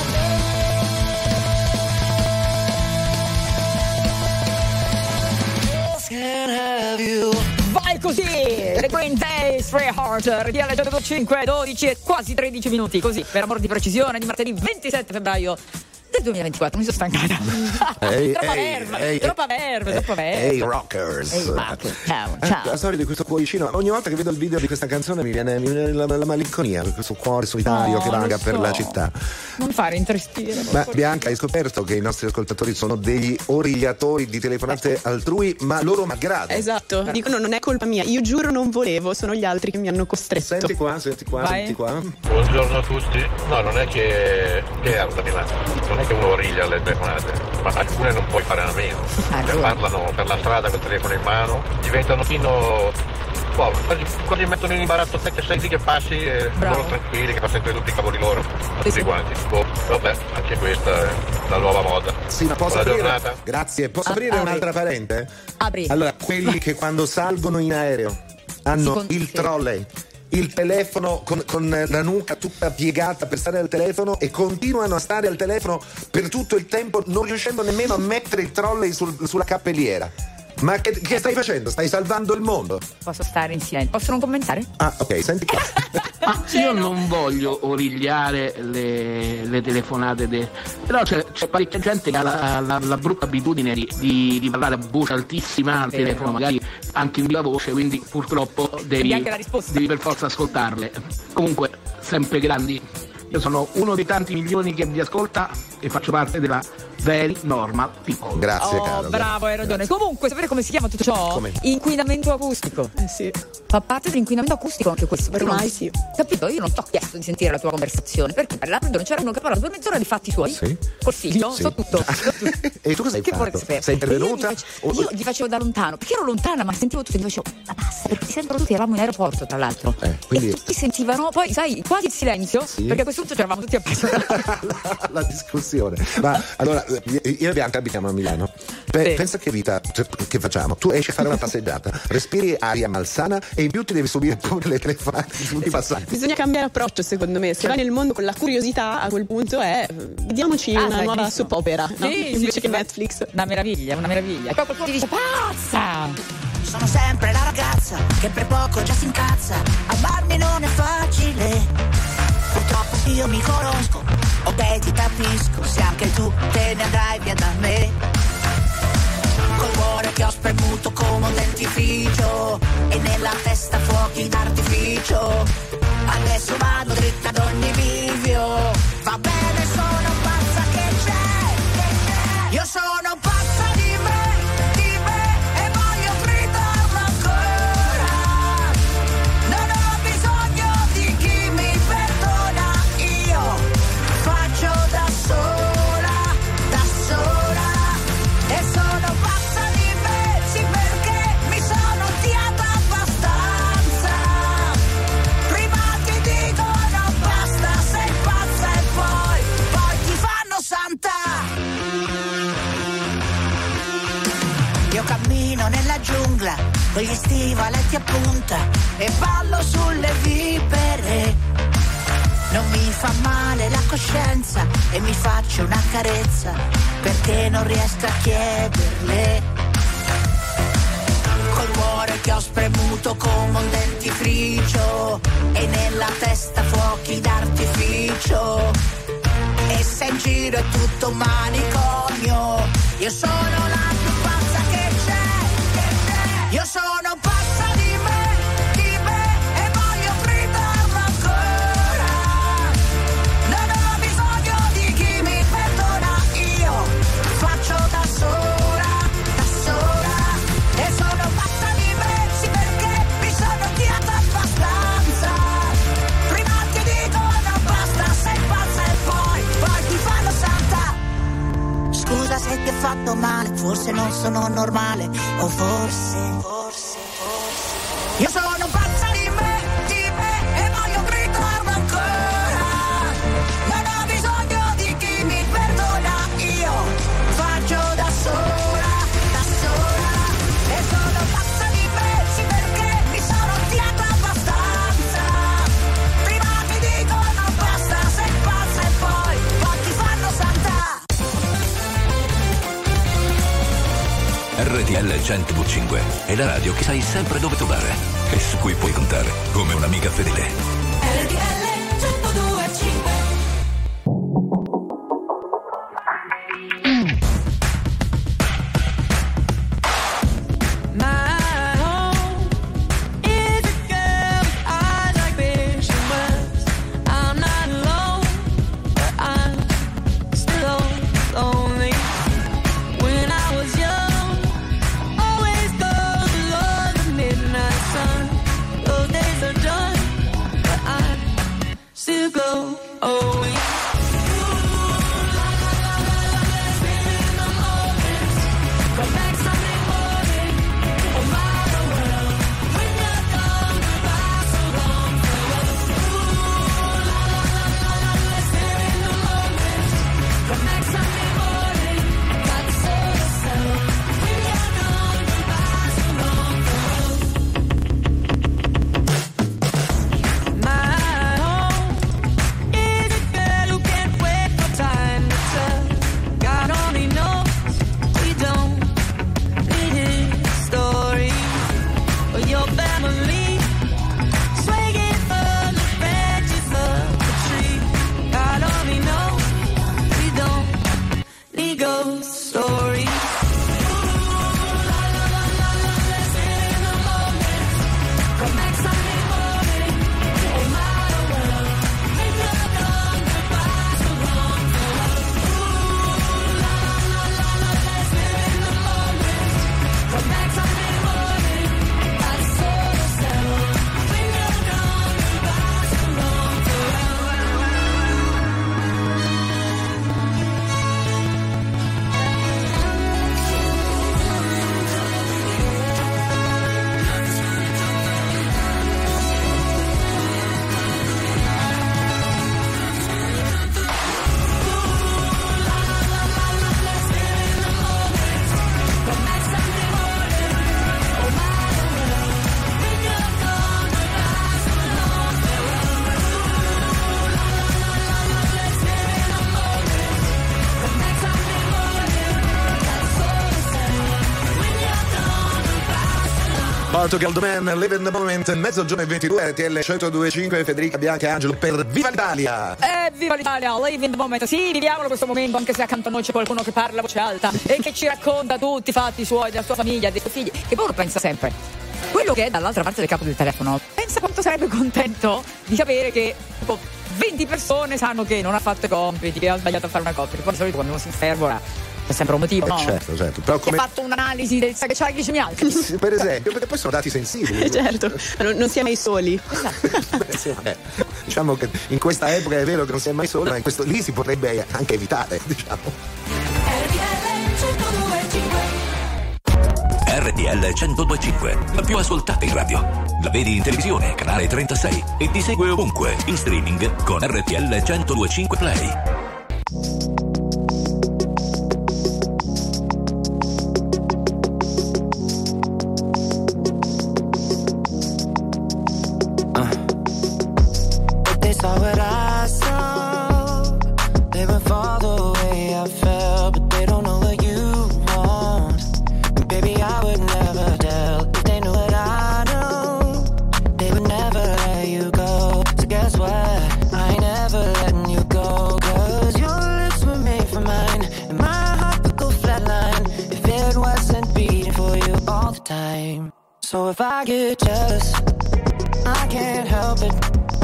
just can't have you.
Vai così! The Green Day, Stray Heart, RTL 105, 12 e quasi 13 minuti, così, per amor di precisione, di martedì 27 febbraio del 2024. Mi sono stancata. Troppa verve.
Ehi, rockers.
Ciao.
La storia di questo cuoricino, ogni volta che vedo il video di questa canzone mi viene la malinconia, questo cuore solitario che vaga per la città.
Non fare intristire.
Ma Bianca, hai scoperto che i nostri ascoltatori sono degli origliatori di telefonate altrui, ma loro malgrado.
Esatto, dicono non è colpa mia, io giuro non volevo, sono gli altri che mi hanno costretto.
Senti qua.
Buongiorno a tutti. No, non è che perdami, non è che uno origlia le telefonate, ma alcune non puoi fare a meno. Parlano per la strada col telefono in mano, diventano fino quasi mettono in imbarazzo te che sei lì che passi e loro tranquilli che fa sempre tutti i cavoli loro, tutti quanti. Vabbè, anche questa è la nuova moda.
Sì, ma posso
Buona
aprire?
giornata.
Grazie, posso aprire un'altra parente?
Apri.
Allora, quelli che quando salgono in aereo hanno il trolley, il telefono con la nuca tutta piegata per stare al telefono e continuano a stare al telefono per tutto il tempo, non riuscendo nemmeno a mettere il trolley sulla cappelliera. Ma che stai facendo? Stai salvando il mondo?
Posso stare in silenzio? Posso non commentare?
Ah, ok, senti qua.
Ma io non voglio origliare le telefonate, però c'è parecchia gente che ha la brutta abitudine di parlare a voce altissima al telefono, magari anche in viva voce, quindi purtroppo devi per forza ascoltarle. Comunque, sempre grandi. Io sono uno dei tanti milioni che vi ascolta e faccio parte della very normal people.
Grazie, caro.
Bravo, hai ragione. Comunque, sapete come si chiama tutto ciò?
Come?
Inquinamento acustico.
Sì.
Fa parte dell'inquinamento acustico anche questo.
Ormai sì.
Capito? Io non ti ho chiesto di sentire la tua conversazione, perché là c'era uno che parla per mezz'ora di fatti suoi.
Sì.
Col figlio,
Sì.
so tutto.
E tu cosa hai fatto? Sei intervenuta?
Io gli facevo da lontano, perché ero lontana, ma sentivo tutto e gli facevo, ma basta, perché ti sentono tutti, eravamo in aeroporto tra l'altro.
Quindi
E tutti sentivano, poi sai, quasi il silenzio, perché a questo punto c'eravamo tutti appassionati.
la discussione. Ma allora, io e Bianca abitiamo a Milano. Pensa che vita che facciamo. Tu esci a fare una passeggiata, respiri aria malsana e in più ti devi subire pure le telefonate di tutti i passanti.
Bisogna cambiare approccio, secondo me. Se vai nel mondo con la curiosità, a quel punto vediamoci una nuova soap opera, no?
Sì,
Invece che Netflix.
Una meraviglia. E poi qualcuno ti dice, pazza!
Sono sempre la ragazza che per poco già si incazza. Amarmi non è facile. Purtroppo io mi conosco, ok ti capisco. Se anche tu te ne andrai via da me. Col cuore che ho spremuto come un dentifricio e nella testa fuochi d'artificio. Adesso vado dritta ad ogni bivio. Va bene, sono pazza che c'è. Io sono pazza di me e voglio gridarlo ancora. Non ho bisogno di chi mi perdona. Io faccio da sola e sono pazza di me, sì, perché mi sono odiata abbastanza. Prima ti dicono basta, sei pazza e poi ti fanno santa. Io cammino nella giungla con gli stivaletti a punta e ballo sulle vipere. Non mi fa male la coscienza e mi faccio una carezza perché non riesco a chiederle. Col cuore che ho spremuto come un dentifricio e nella testa fuochi d'artificio. E se in giro è tutto un manicomio, io sono la più pazza che c'è. Io sono pazza di me e voglio gridarlo ancora. Non ho bisogno di chi mi perdona. Io faccio da sola e sono pazza di me, sì, perché mi sono odiata abbastanza. Prima ti dicono basta, sei pazza e poi ti fanno santa. Scusa se ti ho fatto male, forse non sono normale, o forse. Io sono pazza di me e voglio gridarlo ancora. Non ho bisogno di chi mi perdona. Io faccio da sola e sono pazza di me, sì, perché mi sono odiata abbastanza. Prima ti dicono basta, sei pazza e poi ti fanno santa.
RTL 105 è la radio che sai sempre dove trovare e su cui puoi contare come un'amica fedele.
RTL 102.5.
Portugal The Man, Live in the Moment, mezzogiorno e 22, RTL 102.5, Federica, Bianca e Angelo per Viva l'Italia!
Viva l'Italia, Live in the Moment, sì, viviamolo questo momento, anche se accanto a noi c'è qualcuno che parla a voce alta e che ci racconta tutti i fatti suoi, della sua famiglia, dei suoi figli, che poi uno pensa sempre, quello che è dall'altra parte del capo del telefono, pensa quanto sarebbe contento di sapere che 20 persone sanno che non ha fatto i compiti, che ha sbagliato a fare una copia, poi di solito quando uno si infervora c'è sempre un motivo, no?
Certo. Però come...
Che ha fatto un'analisi del sai che c'ha glicemia alta.
Per esempio, perché poi sono dati sensibili.
Certo, non si è mai soli.
Diciamo che in questa epoca è vero che non si è mai soli, ma lì si potrebbe anche evitare, diciamo.
RTL 102.5, la più ascoltata in radio. La vedi in televisione, canale 36 e ti segue ovunque, in streaming con RTL 102.5 Play.
So if I get jealous, I can't help it.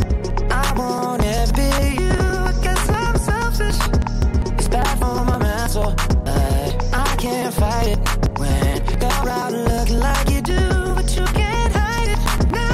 I want every bit of you. I guess I'm selfish. It's bad for my mental, but I can't fight it when you're out looking like you do, but you can't hide it. No,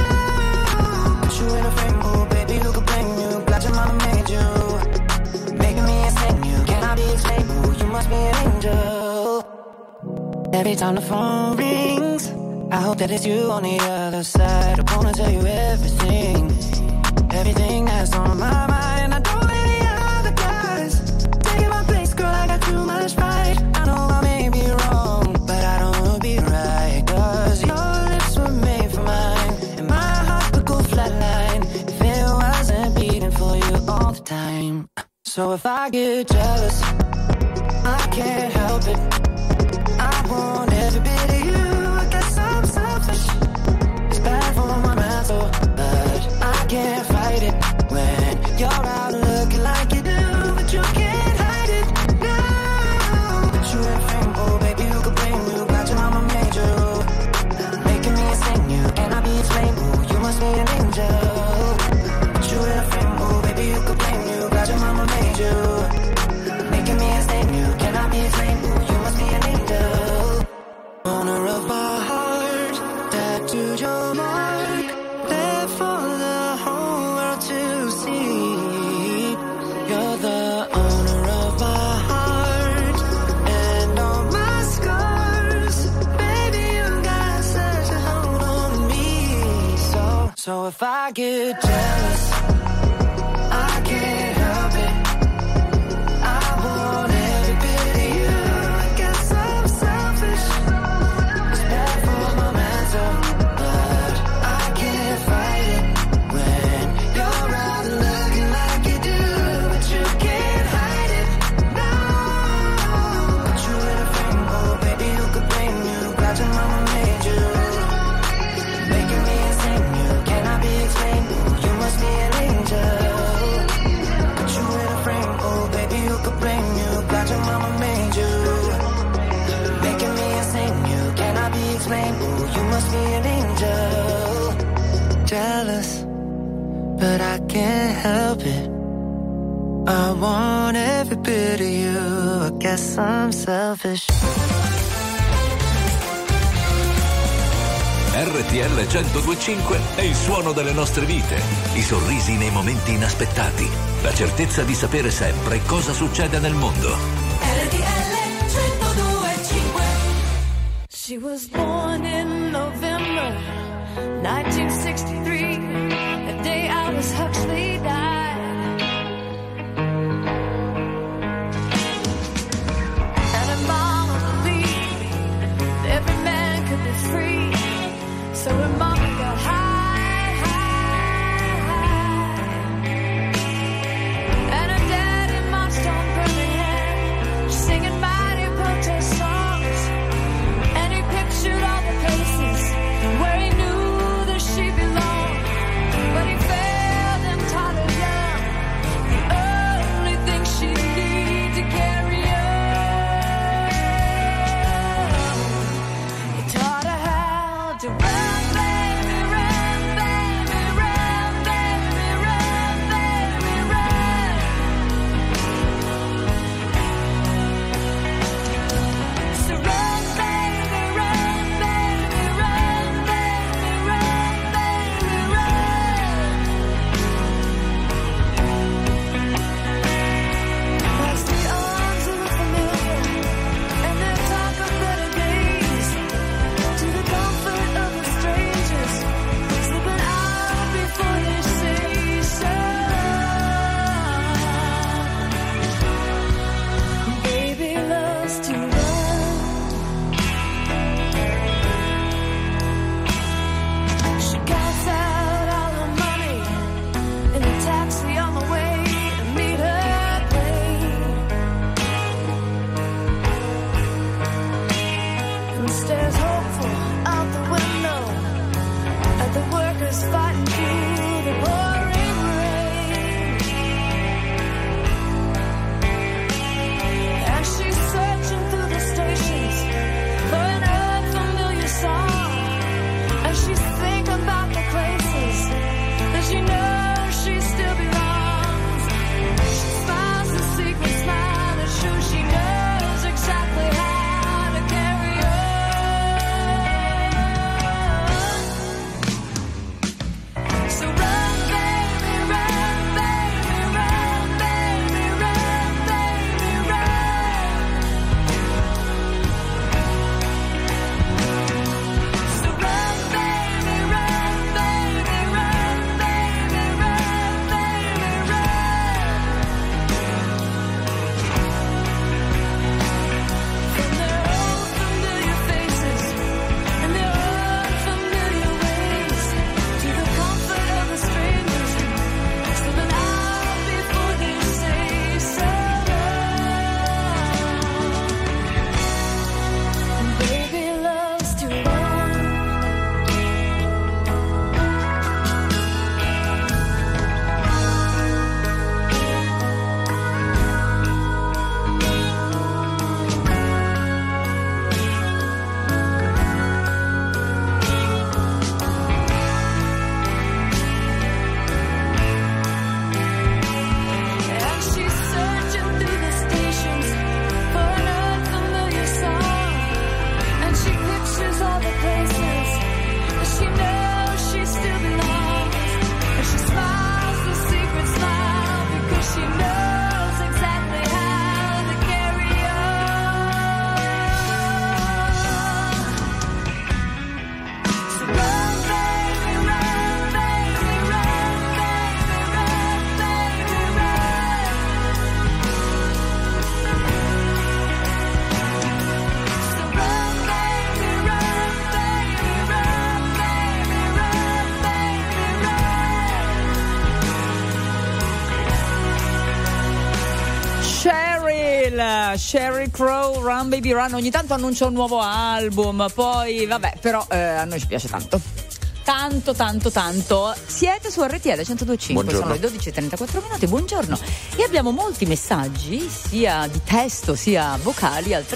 put you in a frame, oh baby, who could blame you? Glad your mama made you, making me insane. You cannot be explained. Oh, you must be an angel. Every time the phone rings, I hope that it's you on the other side. I wanna tell you everything, everything that's on my mind. I don't let any other guys taking my place, girl. I got too much pride. I know I may be wrong, but I don't wanna be right. 'Cause your lips were made for mine, and my heart would go flatline if it wasn't beating for you all the time. So if I get jealous, I can't help it. I want every bit of you. I'm selfish. It's bad for my mental, but I can't fight it when you're out looking like you do, but you can't hide it. No, put you in a frame, oh baby, who could blame you? Glad your mama made you, making me insane. You cannot be explained. Oh, you must be an angel. Put you in a frame, oh baby, who could blame you? Glad your mama made you, making me insane. You cannot be explained. Oh, you must be an angel. Owner of my heart, tattooed your mark, there for the whole world to see. You're the owner of my heart and all my scars. Baby, you got such a hold on me. So if I get jealous, I can't help it. I want every bit of you. I guess I'm selfish. Jealous, but I can't help it. I want every bit of you. I guess I'm selfish.
RTL 102.5 è il suono delle nostre vite, i sorrisi nei momenti inaspettati, la certezza di sapere sempre cosa succede nel mondo.
RTL 102.5.
She was born in November 1963, the day Aldous Huxley died. And her mama believed every man could be free, so her mama got high, high, high. And her daddy marched on Birmingham, singing mighty protest songs, and he pictured all the places where he
Sheryl Crow, Run Baby Run. Ogni tanto annuncia un nuovo album, poi vabbè, però a noi ci piace tanto. Tanto. Siete su RTL 102.5, sono le 12:34, buongiorno. E abbiamo molti messaggi, sia di testo sia vocali, al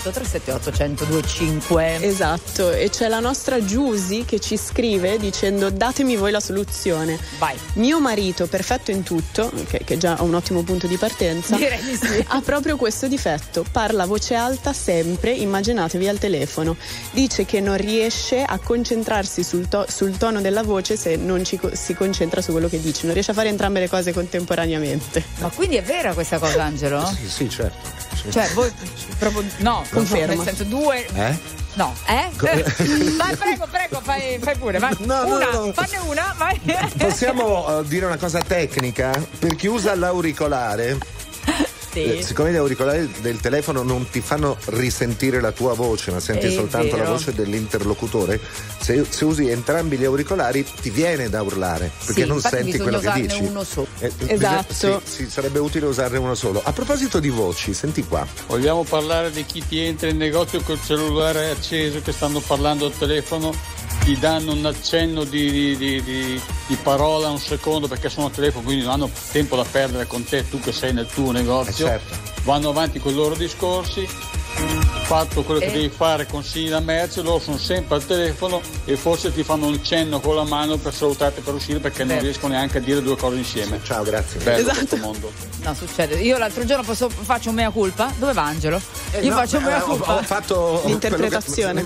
378-378-1025.
Esatto, e c'è la nostra Giusy che ci scrive dicendo: datemi voi la soluzione.
Vai.
Mio marito, perfetto in tutto, che già ha un ottimo punto di partenza,
direi di sì,
ha proprio questo difetto, parla a voce alta sempre, immaginatevi al telefono. Dice che non riesce a concentrarsi sul tono della voce se non si concentra su quello che dice, non riesce a fare entrambe le cose contemporaneamente.
Ma quindi è vera questa cosa, Angelo?
Sì, certo. Sì.
Cioè voi proprio no,
confermo.
Nel senso due No, Vai, prego, fai pure, vai. No. Fanne una, vai.
Possiamo dire una cosa tecnica? Per chi usa l'auricolare,
sì.
Siccome gli auricolari del telefono non ti fanno risentire la tua voce, ma senti soltanto la voce dell'interlocutore, se usi entrambi gli auricolari ti viene da urlare, perché non senti quello che dici.
Uno solo.
Esatto.
Sì, sarebbe utile usarne uno solo. A proposito di voci, senti qua.
Vogliamo parlare di chi ti entra in negozio col cellulare acceso, che stanno parlando al telefono, ti danno un accenno di parola un secondo perché sono al telefono, quindi non hanno tempo da perdere con te, tu che sei nel tuo negozio.
Certo.
Vanno avanti con i loro discorsi, fatto quello che devi fare, consigli la merce, loro sono sempre al telefono e forse ti fanno un cenno con la mano per salutarti per uscire, perché non riescono neanche a dire due cose insieme.
Ciao, grazie.
Bello questo mondo.
No, succede. Io l'altro giorno faccio un mea culpa. Dove va Angelo? Io faccio un mea culpa.
Ho fatto
l'interpretazione.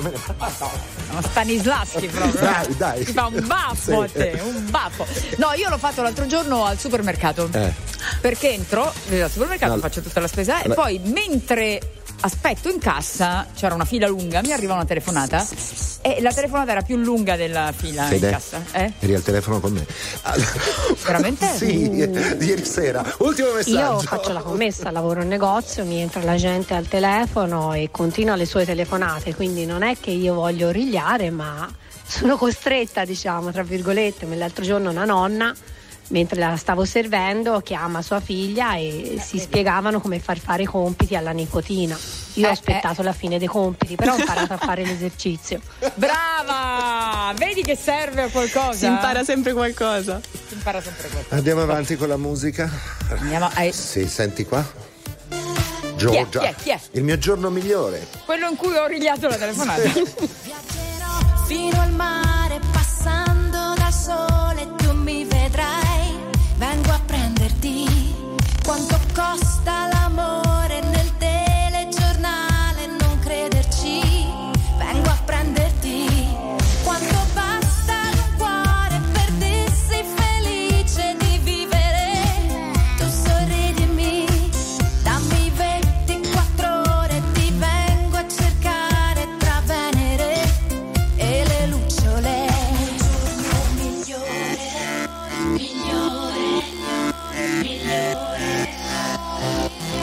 No, Stanislaschi proprio.
Dai.
Ti fa un baffo a te, un baffo. No, io l'ho fatto l'altro giorno al supermercato. Perché entro al supermercato, faccio tutta la spesa e poi mentre aspetto in cassa, c'era una fila lunga, mi arriva una telefonata e la telefonata era più lunga della fila in cassa.
Eri al telefono con me.
Veramente?
Sì, ieri sera. Ultimo messaggio.
Io faccio la commessa, lavoro in negozio, mi entra la gente al telefono e continua le sue telefonate, quindi non è che io voglio origliare, ma sono costretta, diciamo, tra virgolette. L'altro giorno una nonna, mentre la stavo servendo, chiama sua figlia e si spiegavano come far fare i compiti alla nipotina. Io ho aspettato la fine dei compiti, però ho imparato a fare l'esercizio.
Brava! Vedi che serve a qualcosa?
Si impara sempre qualcosa.
Andiamo avanti con la musica. Sì, senti qua. Giorgia.
Chi è?
Il mio giorno migliore.
Quello in cui ho origliato la telefonata.
Viaggerò fino al mare, passando dal sole, tu mi vedrai. Vengo a prenderti. Quanto costa l'amore nel telegiornale, non crederci. Vengo a prenderti. Quanto basta un cuore per dirsi felice di vivere. Tu sorridimi, dammi 24 ore, ti vengo a cercare tra Venere e le lucciole. Migliore.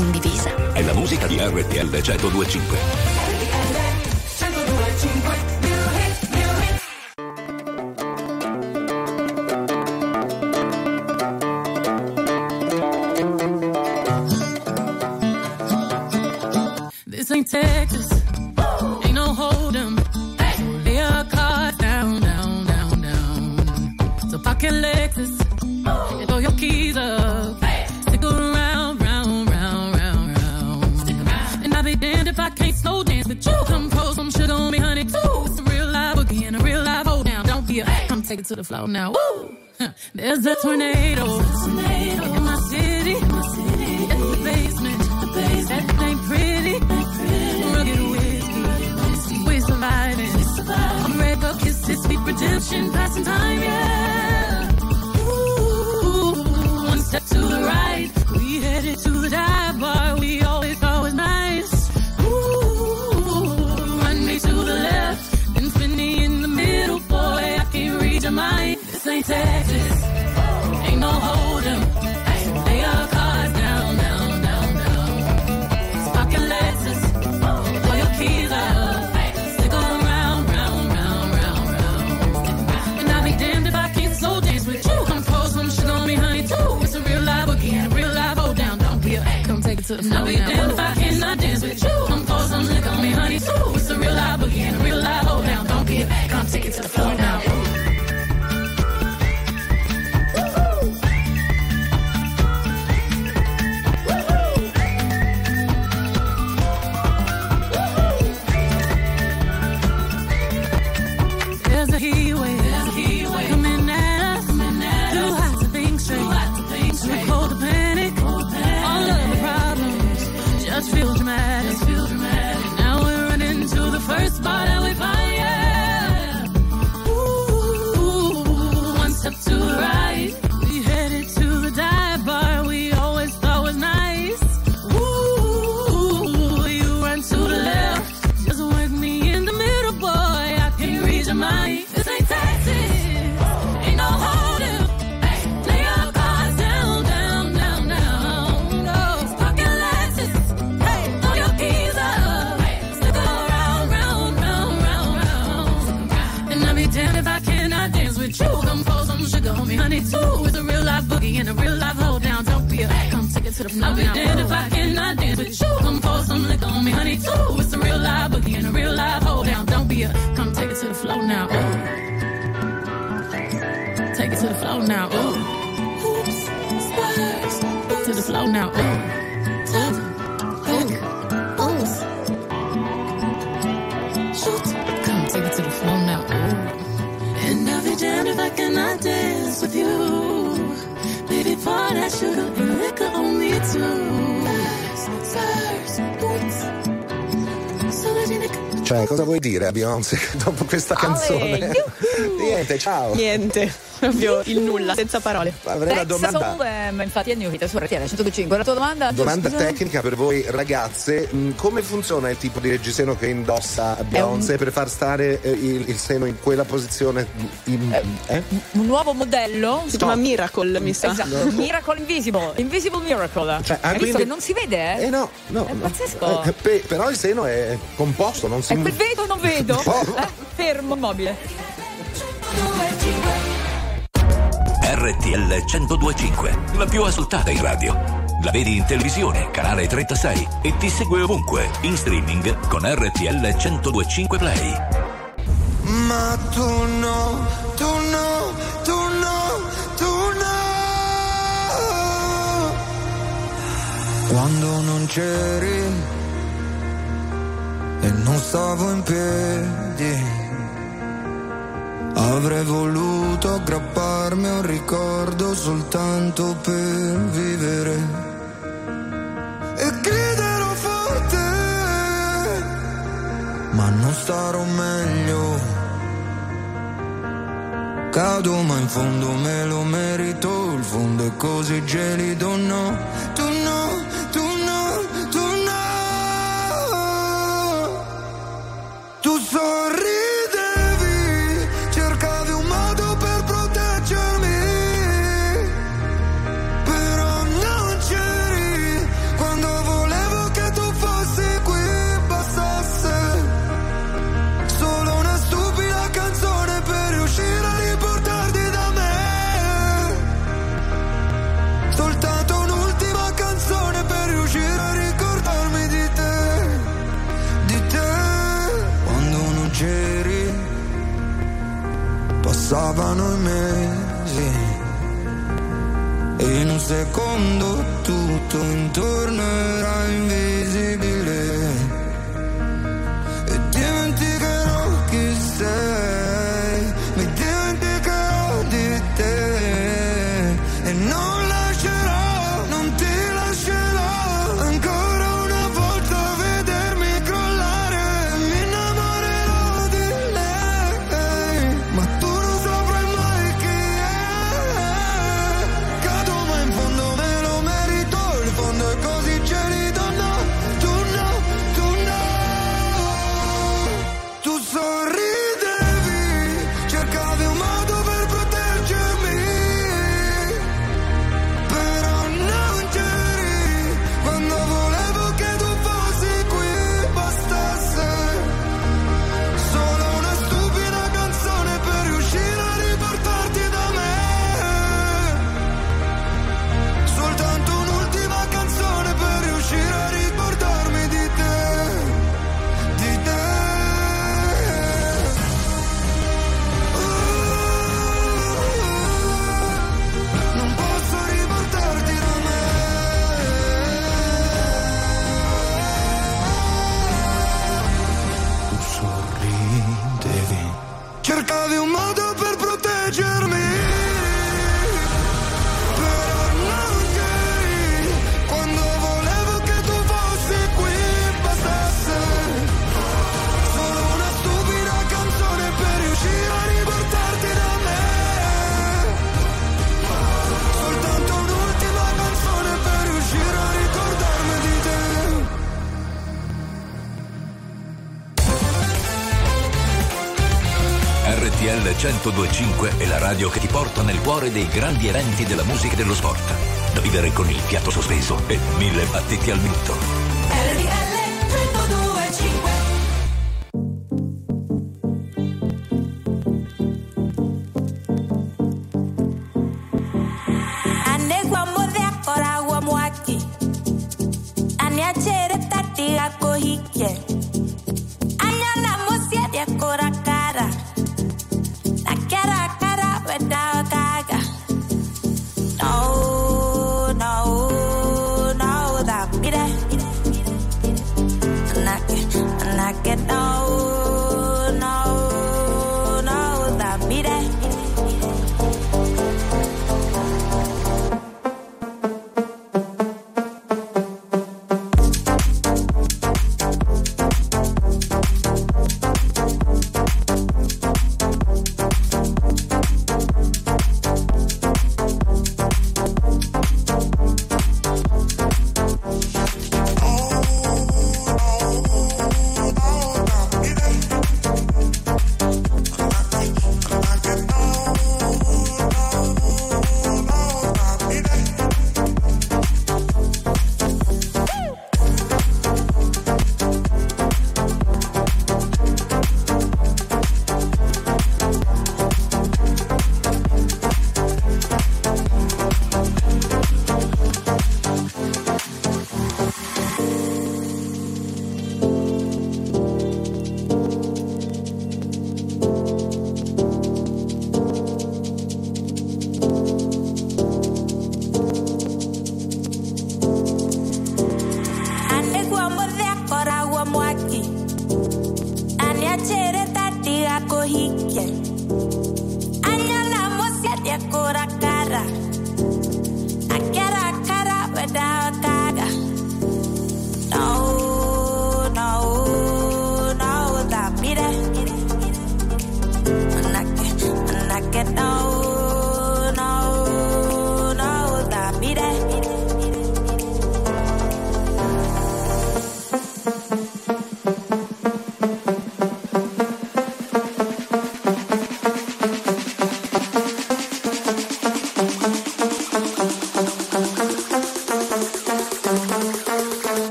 condivisa.
È la musica di RTL 102.5.
This ain't Texas, ain't no hold'em. Lay your cards down, down, down, down. So pocket Lexus, throw your keys up. Stick around, round, round, round, round. And I'll be damned if I can't slow dance with you. Come pour some sugar on me, honey, too. It's a real live boogie and a real live hold down. Don't be a, come take it to the floor now. Woo! There's a tornado in my city. It's the basement. That ain't pretty. Rugged whiskey. We surviving. I'm red up kisses, sweet redemption, passing time, yeah. Ooh, one step to the right, we headed to the dive bar. We always thought was nice. Ooh, run me to the left, then spin me in the middle, boy. I can't read your mind. This ain't Texas, ain't no hold'em. Lay your cards down, down, down, down. Pocket Lexus, throw your keys up. Stick around, round, round, round, round. And I'll be damned if I can't slow dance with you. Come pour some sugar on me, honey, too. It's a real live boogie and a real live hold down. Don't be a, come take it to the floor. I'll be damned if I cannot dance with you. Come pour some liquor on me, honey, too. It's a real live boogie and a real live hold down. Don't be a, come take it to the floor now. There's a heat wave coming at us. Too hot to think straight. Too cold to panic. All of the problems just feel dramatic. Now we're running to the first spot that we find. Yeah. Ooh, one step to the right. We headed to the dive bar. We always thought was nice. Ooh, you run to the left. Just work me in the middle, boy. I can't read your mind. This ain't Texas, ain't no hold'em. Lay your cards down, down, down, down. No, pocket Lexus, throw your keys up. Stick around, round, round, round, round. And I'll be damned if I cannot dance with you. Come pour some sugar on me, honey, too. It's a real life boogie and a real life hold down. Don't be a, come take it to the floor. I'll be damned if I cannot dance with you. Come pour some liquor on me, honey, too. It's a real life boogie and a real life hold down. Don't be a, come take it to the floor now. Take it to the floor now. Ooh. Oops, spurs. To the floor now. Oops. Shoot. Come take it to the floor now. Ooh. And I'll be damned if I cannot dance with you. Baby, pour that sugar and liquor on me too. Spurs. Oops. Solo di liquor.
Cioè, cosa vuoi dire a Beyoncé dopo questa canzone? Niente, ciao.
Niente, proprio il nulla, senza parole.
Avrei una domanda.
Infatti è new hit su RTL 102.5. La tua domanda?
Domanda tecnica per voi ragazze, come funziona il tipo di reggiseno che indossa Beyoncé per far stare il seno in quella posizione?
Un nuovo modello?
Si chiama Miracle, mi sa.
Esatto, Miracle Invisible Miracle.
Cioè,
hai visto che non si vede?
No.
È pazzesco.
Però il seno è composto, non si...
Vedo o non vedo? Fermo, immobile.
RTL 102.5, la più ascoltata in radio. La vedi in televisione, canale 36 e ti segue ovunque, in streaming con RTL 102.5 Play.
Ma tu no, tu no, tu no, tu no. Quando non c'eri e non stavo in piedi, avrei voluto aggrapparmi a un ricordo soltanto per vivere e griderò forte, ma non starò meglio. Cado ma in fondo me lo merito, il fondo è così gelido, no, tu no, tu no, tu no. Tu sorridevi, cercavi un modo per proteggermi, però non c'eri quando passavano i mesi e in un secondo tutto intorno era invisibile e dimenticherò chi sei, mi dimenticherò di te e non lascerò, non ti lascerò ancora una volta vedermi crollare, mi innamorerò di lei, ma tu non saprai mai chi è, cado ma in fondo me lo merito, il fondo è così gelido, no, tu no, tu no, tu sorridevi, cercavi un modo per proteggermi, però non c'eri, quando volevo che tu fossi qui, bastasse solo una stupida canzone per riuscire a riportarti da me, soltanto un'ultima canzone per riuscire a ricordarmi di te, di te. Non posso riportarti da me. Tu sorridevi, cercavi un modo per proteggermi, però non c'eri, quando volevo che tu fossi qui, bastasse solo una stupida canzone per riuscire a riportarti da me, soltanto un'ultima canzone per riuscire a ricordarmi di te.
RTL 102.5 è la radio che ti porta nel cuore dei grandi eventi della musica e dello sport. Da vivere con il fiato sospeso e 1000 battiti al minuto.
RTL 102.5.
Ane guamo de akora guamo aki. Ane achere tati ako hike. Anyana musia de akora cara. La cara without gaga. No, no, no, that be that. Anake, no, no, no, that be that.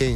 Muachi.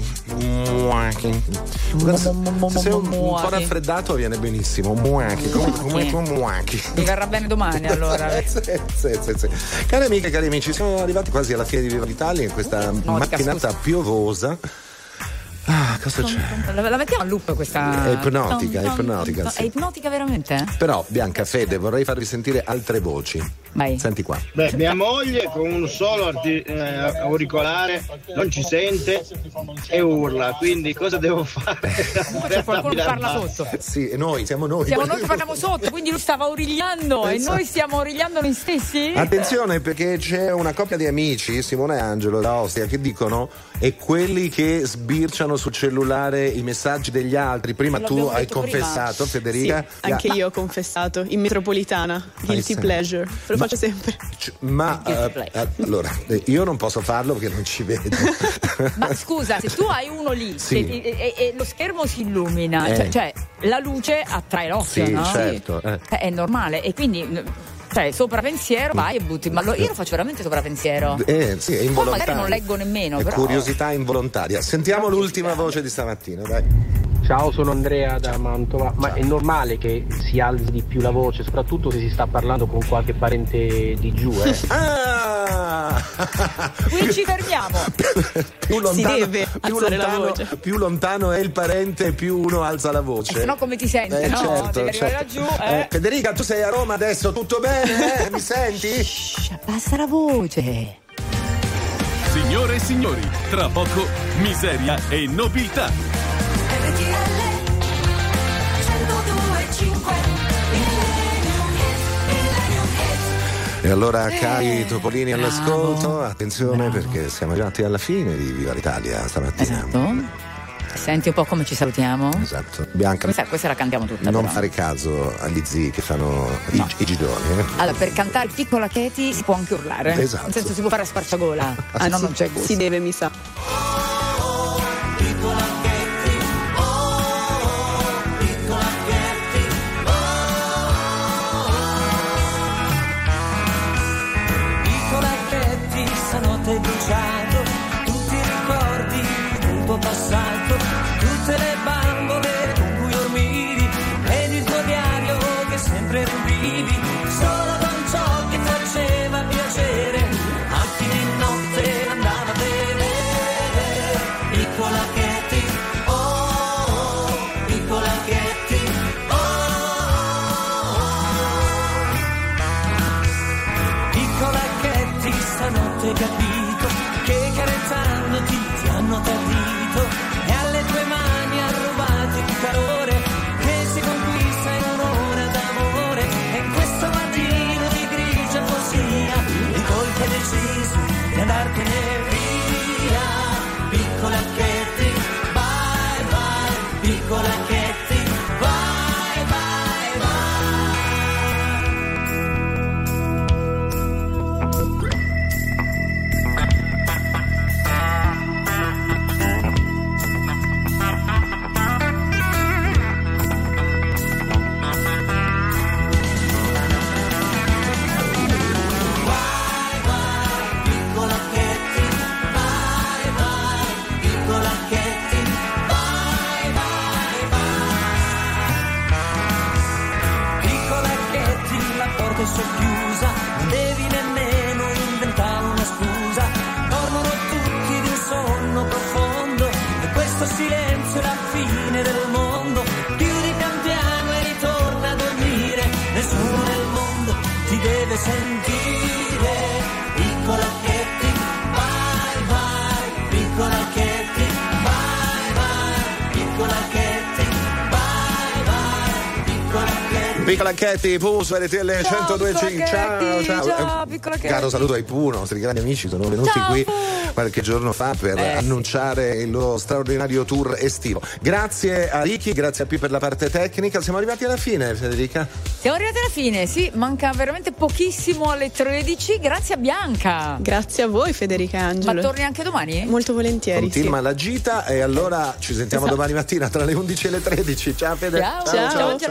Se sei un po' raffreddato viene benissimo. Muachi. Muachi.
Mi verrà bene domani allora.
Sì. Cari amiche e cari amici, siamo arrivati quasi alla fine di Viva l'Italia in questa mattinata piovosa. Cosa c'è?
La mettiamo a loop questa.
È ipnotica.
È ipnotica veramente?
Però, Bianca, Fede, vorrei farvi sentire altre voci.
Vai.
Senti qua.
Beh, mia moglie con un solo auricolare non ci sente e urla, quindi cosa devo fare?
C'è qualcuno che parla sotto.
Sì, e noi siamo noi
che parliamo sotto, quindi lui stava origliando e noi stiamo origliando noi stessi?
Attenzione, perché c'è una coppia di amici, Simone e Angelo da Ostia, che dicono e quelli che sbirciano sul cellulare i messaggi degli altri. Prima tu hai confessato, prima. Federica?
Sì, anche io ho confessato in metropolitana, guilty pleasure. Lo faccio sempre.
Ma allora, io non posso farlo perché non ci vedo.
Ma scusa, se tu hai uno lì
sì.
e lo schermo si illumina, cioè la luce attrae l'occhio,
sì,
no?
Certo.
È normale e quindi sopra pensiero vai e butti, ma io lo faccio veramente sopra pensiero.
Sì, è involontario.
Poi magari non leggo nemmeno, però.
Curiosità involontaria. Sentiamo l'ultima voce di stamattina, dai.
Ciao, sono Andrea da Mantova, ma è normale che si alzi di più la voce, soprattutto se si sta parlando con qualche parente di giù,
Qui ci fermiamo.
Più lontano,
si deve alzare la voce.
Più lontano è il parente, più uno alza la voce.
Se no come ti senti, no?
Certo,
devi arrivare laggiù.
Federica, tu sei a Roma adesso, tutto bene? Mi senti?
Abbassa la voce.
Signore e signori, tra poco miseria e nobiltà.
E allora, cari topolini all'ascolto, attenzione perché siamo arrivati alla fine di Viva l'Italia stamattina.
Esatto. Senti un po' come ci salutiamo?
Esatto. Bianca,
questa la cantiamo tutta.
Non
però.
fare caso agli zii che fanno i gidoni.
Allora, per cantare Piccola Katy si può anche urlare.
Esatto.
Nel senso si può fare a squarciagola. No, non c'è gusto.
Si deve, mi sa.
Stanotte bruciato tutti i ricordi del tuo passato, tutte le bambole con cui dormivi ed il tuo diario che sempre rubivi solo con ciò che faceva piacere a chi di notte andava a vedere. Piccola Katy, oh, piccola Katy, piccola Katy, stanotte capito che carezzandoti ti hanno tradito e alle tue mani ha rubato il calore che si conquista in un'ora d'amore. E in questo mattino di grigia poesia il colpo è deciso di andartene via. Piccola Katy, bye bye, piccola Katy, bye bye bye. Socchiusa, non devi nemmeno inventare una scusa, dormono tutti di un sonno profondo e questo silenzio è la fine del mondo. Chiudi pian piano e ritorna a dormire, nessuno nel mondo ti deve sentire. Piccola Katy, bye bye, piccola Katy, bye bye, piccola Katy, bye bye, piccola Katy.
Piccola Katy, Pus, RTL 102.5. Ciao.
Piccola Katy.
Caro saluto ai Pooh, nostri grandi amici, sono venuti qui qualche giorno fa per annunciare il loro straordinario tour estivo. Grazie a Ricky, grazie a P per la parte tecnica. Siamo arrivati alla fine, Federica.
Siamo arrivati alla fine, sì, manca veramente pochissimo alle 13. Grazie a Bianca.
Grazie a voi, Federica e Angelo.
Ma torni anche domani?
Molto volentieri.
Continua la gita e allora ci sentiamo domani mattina tra le 11 e le 13. Ciao Fede.
Ciao.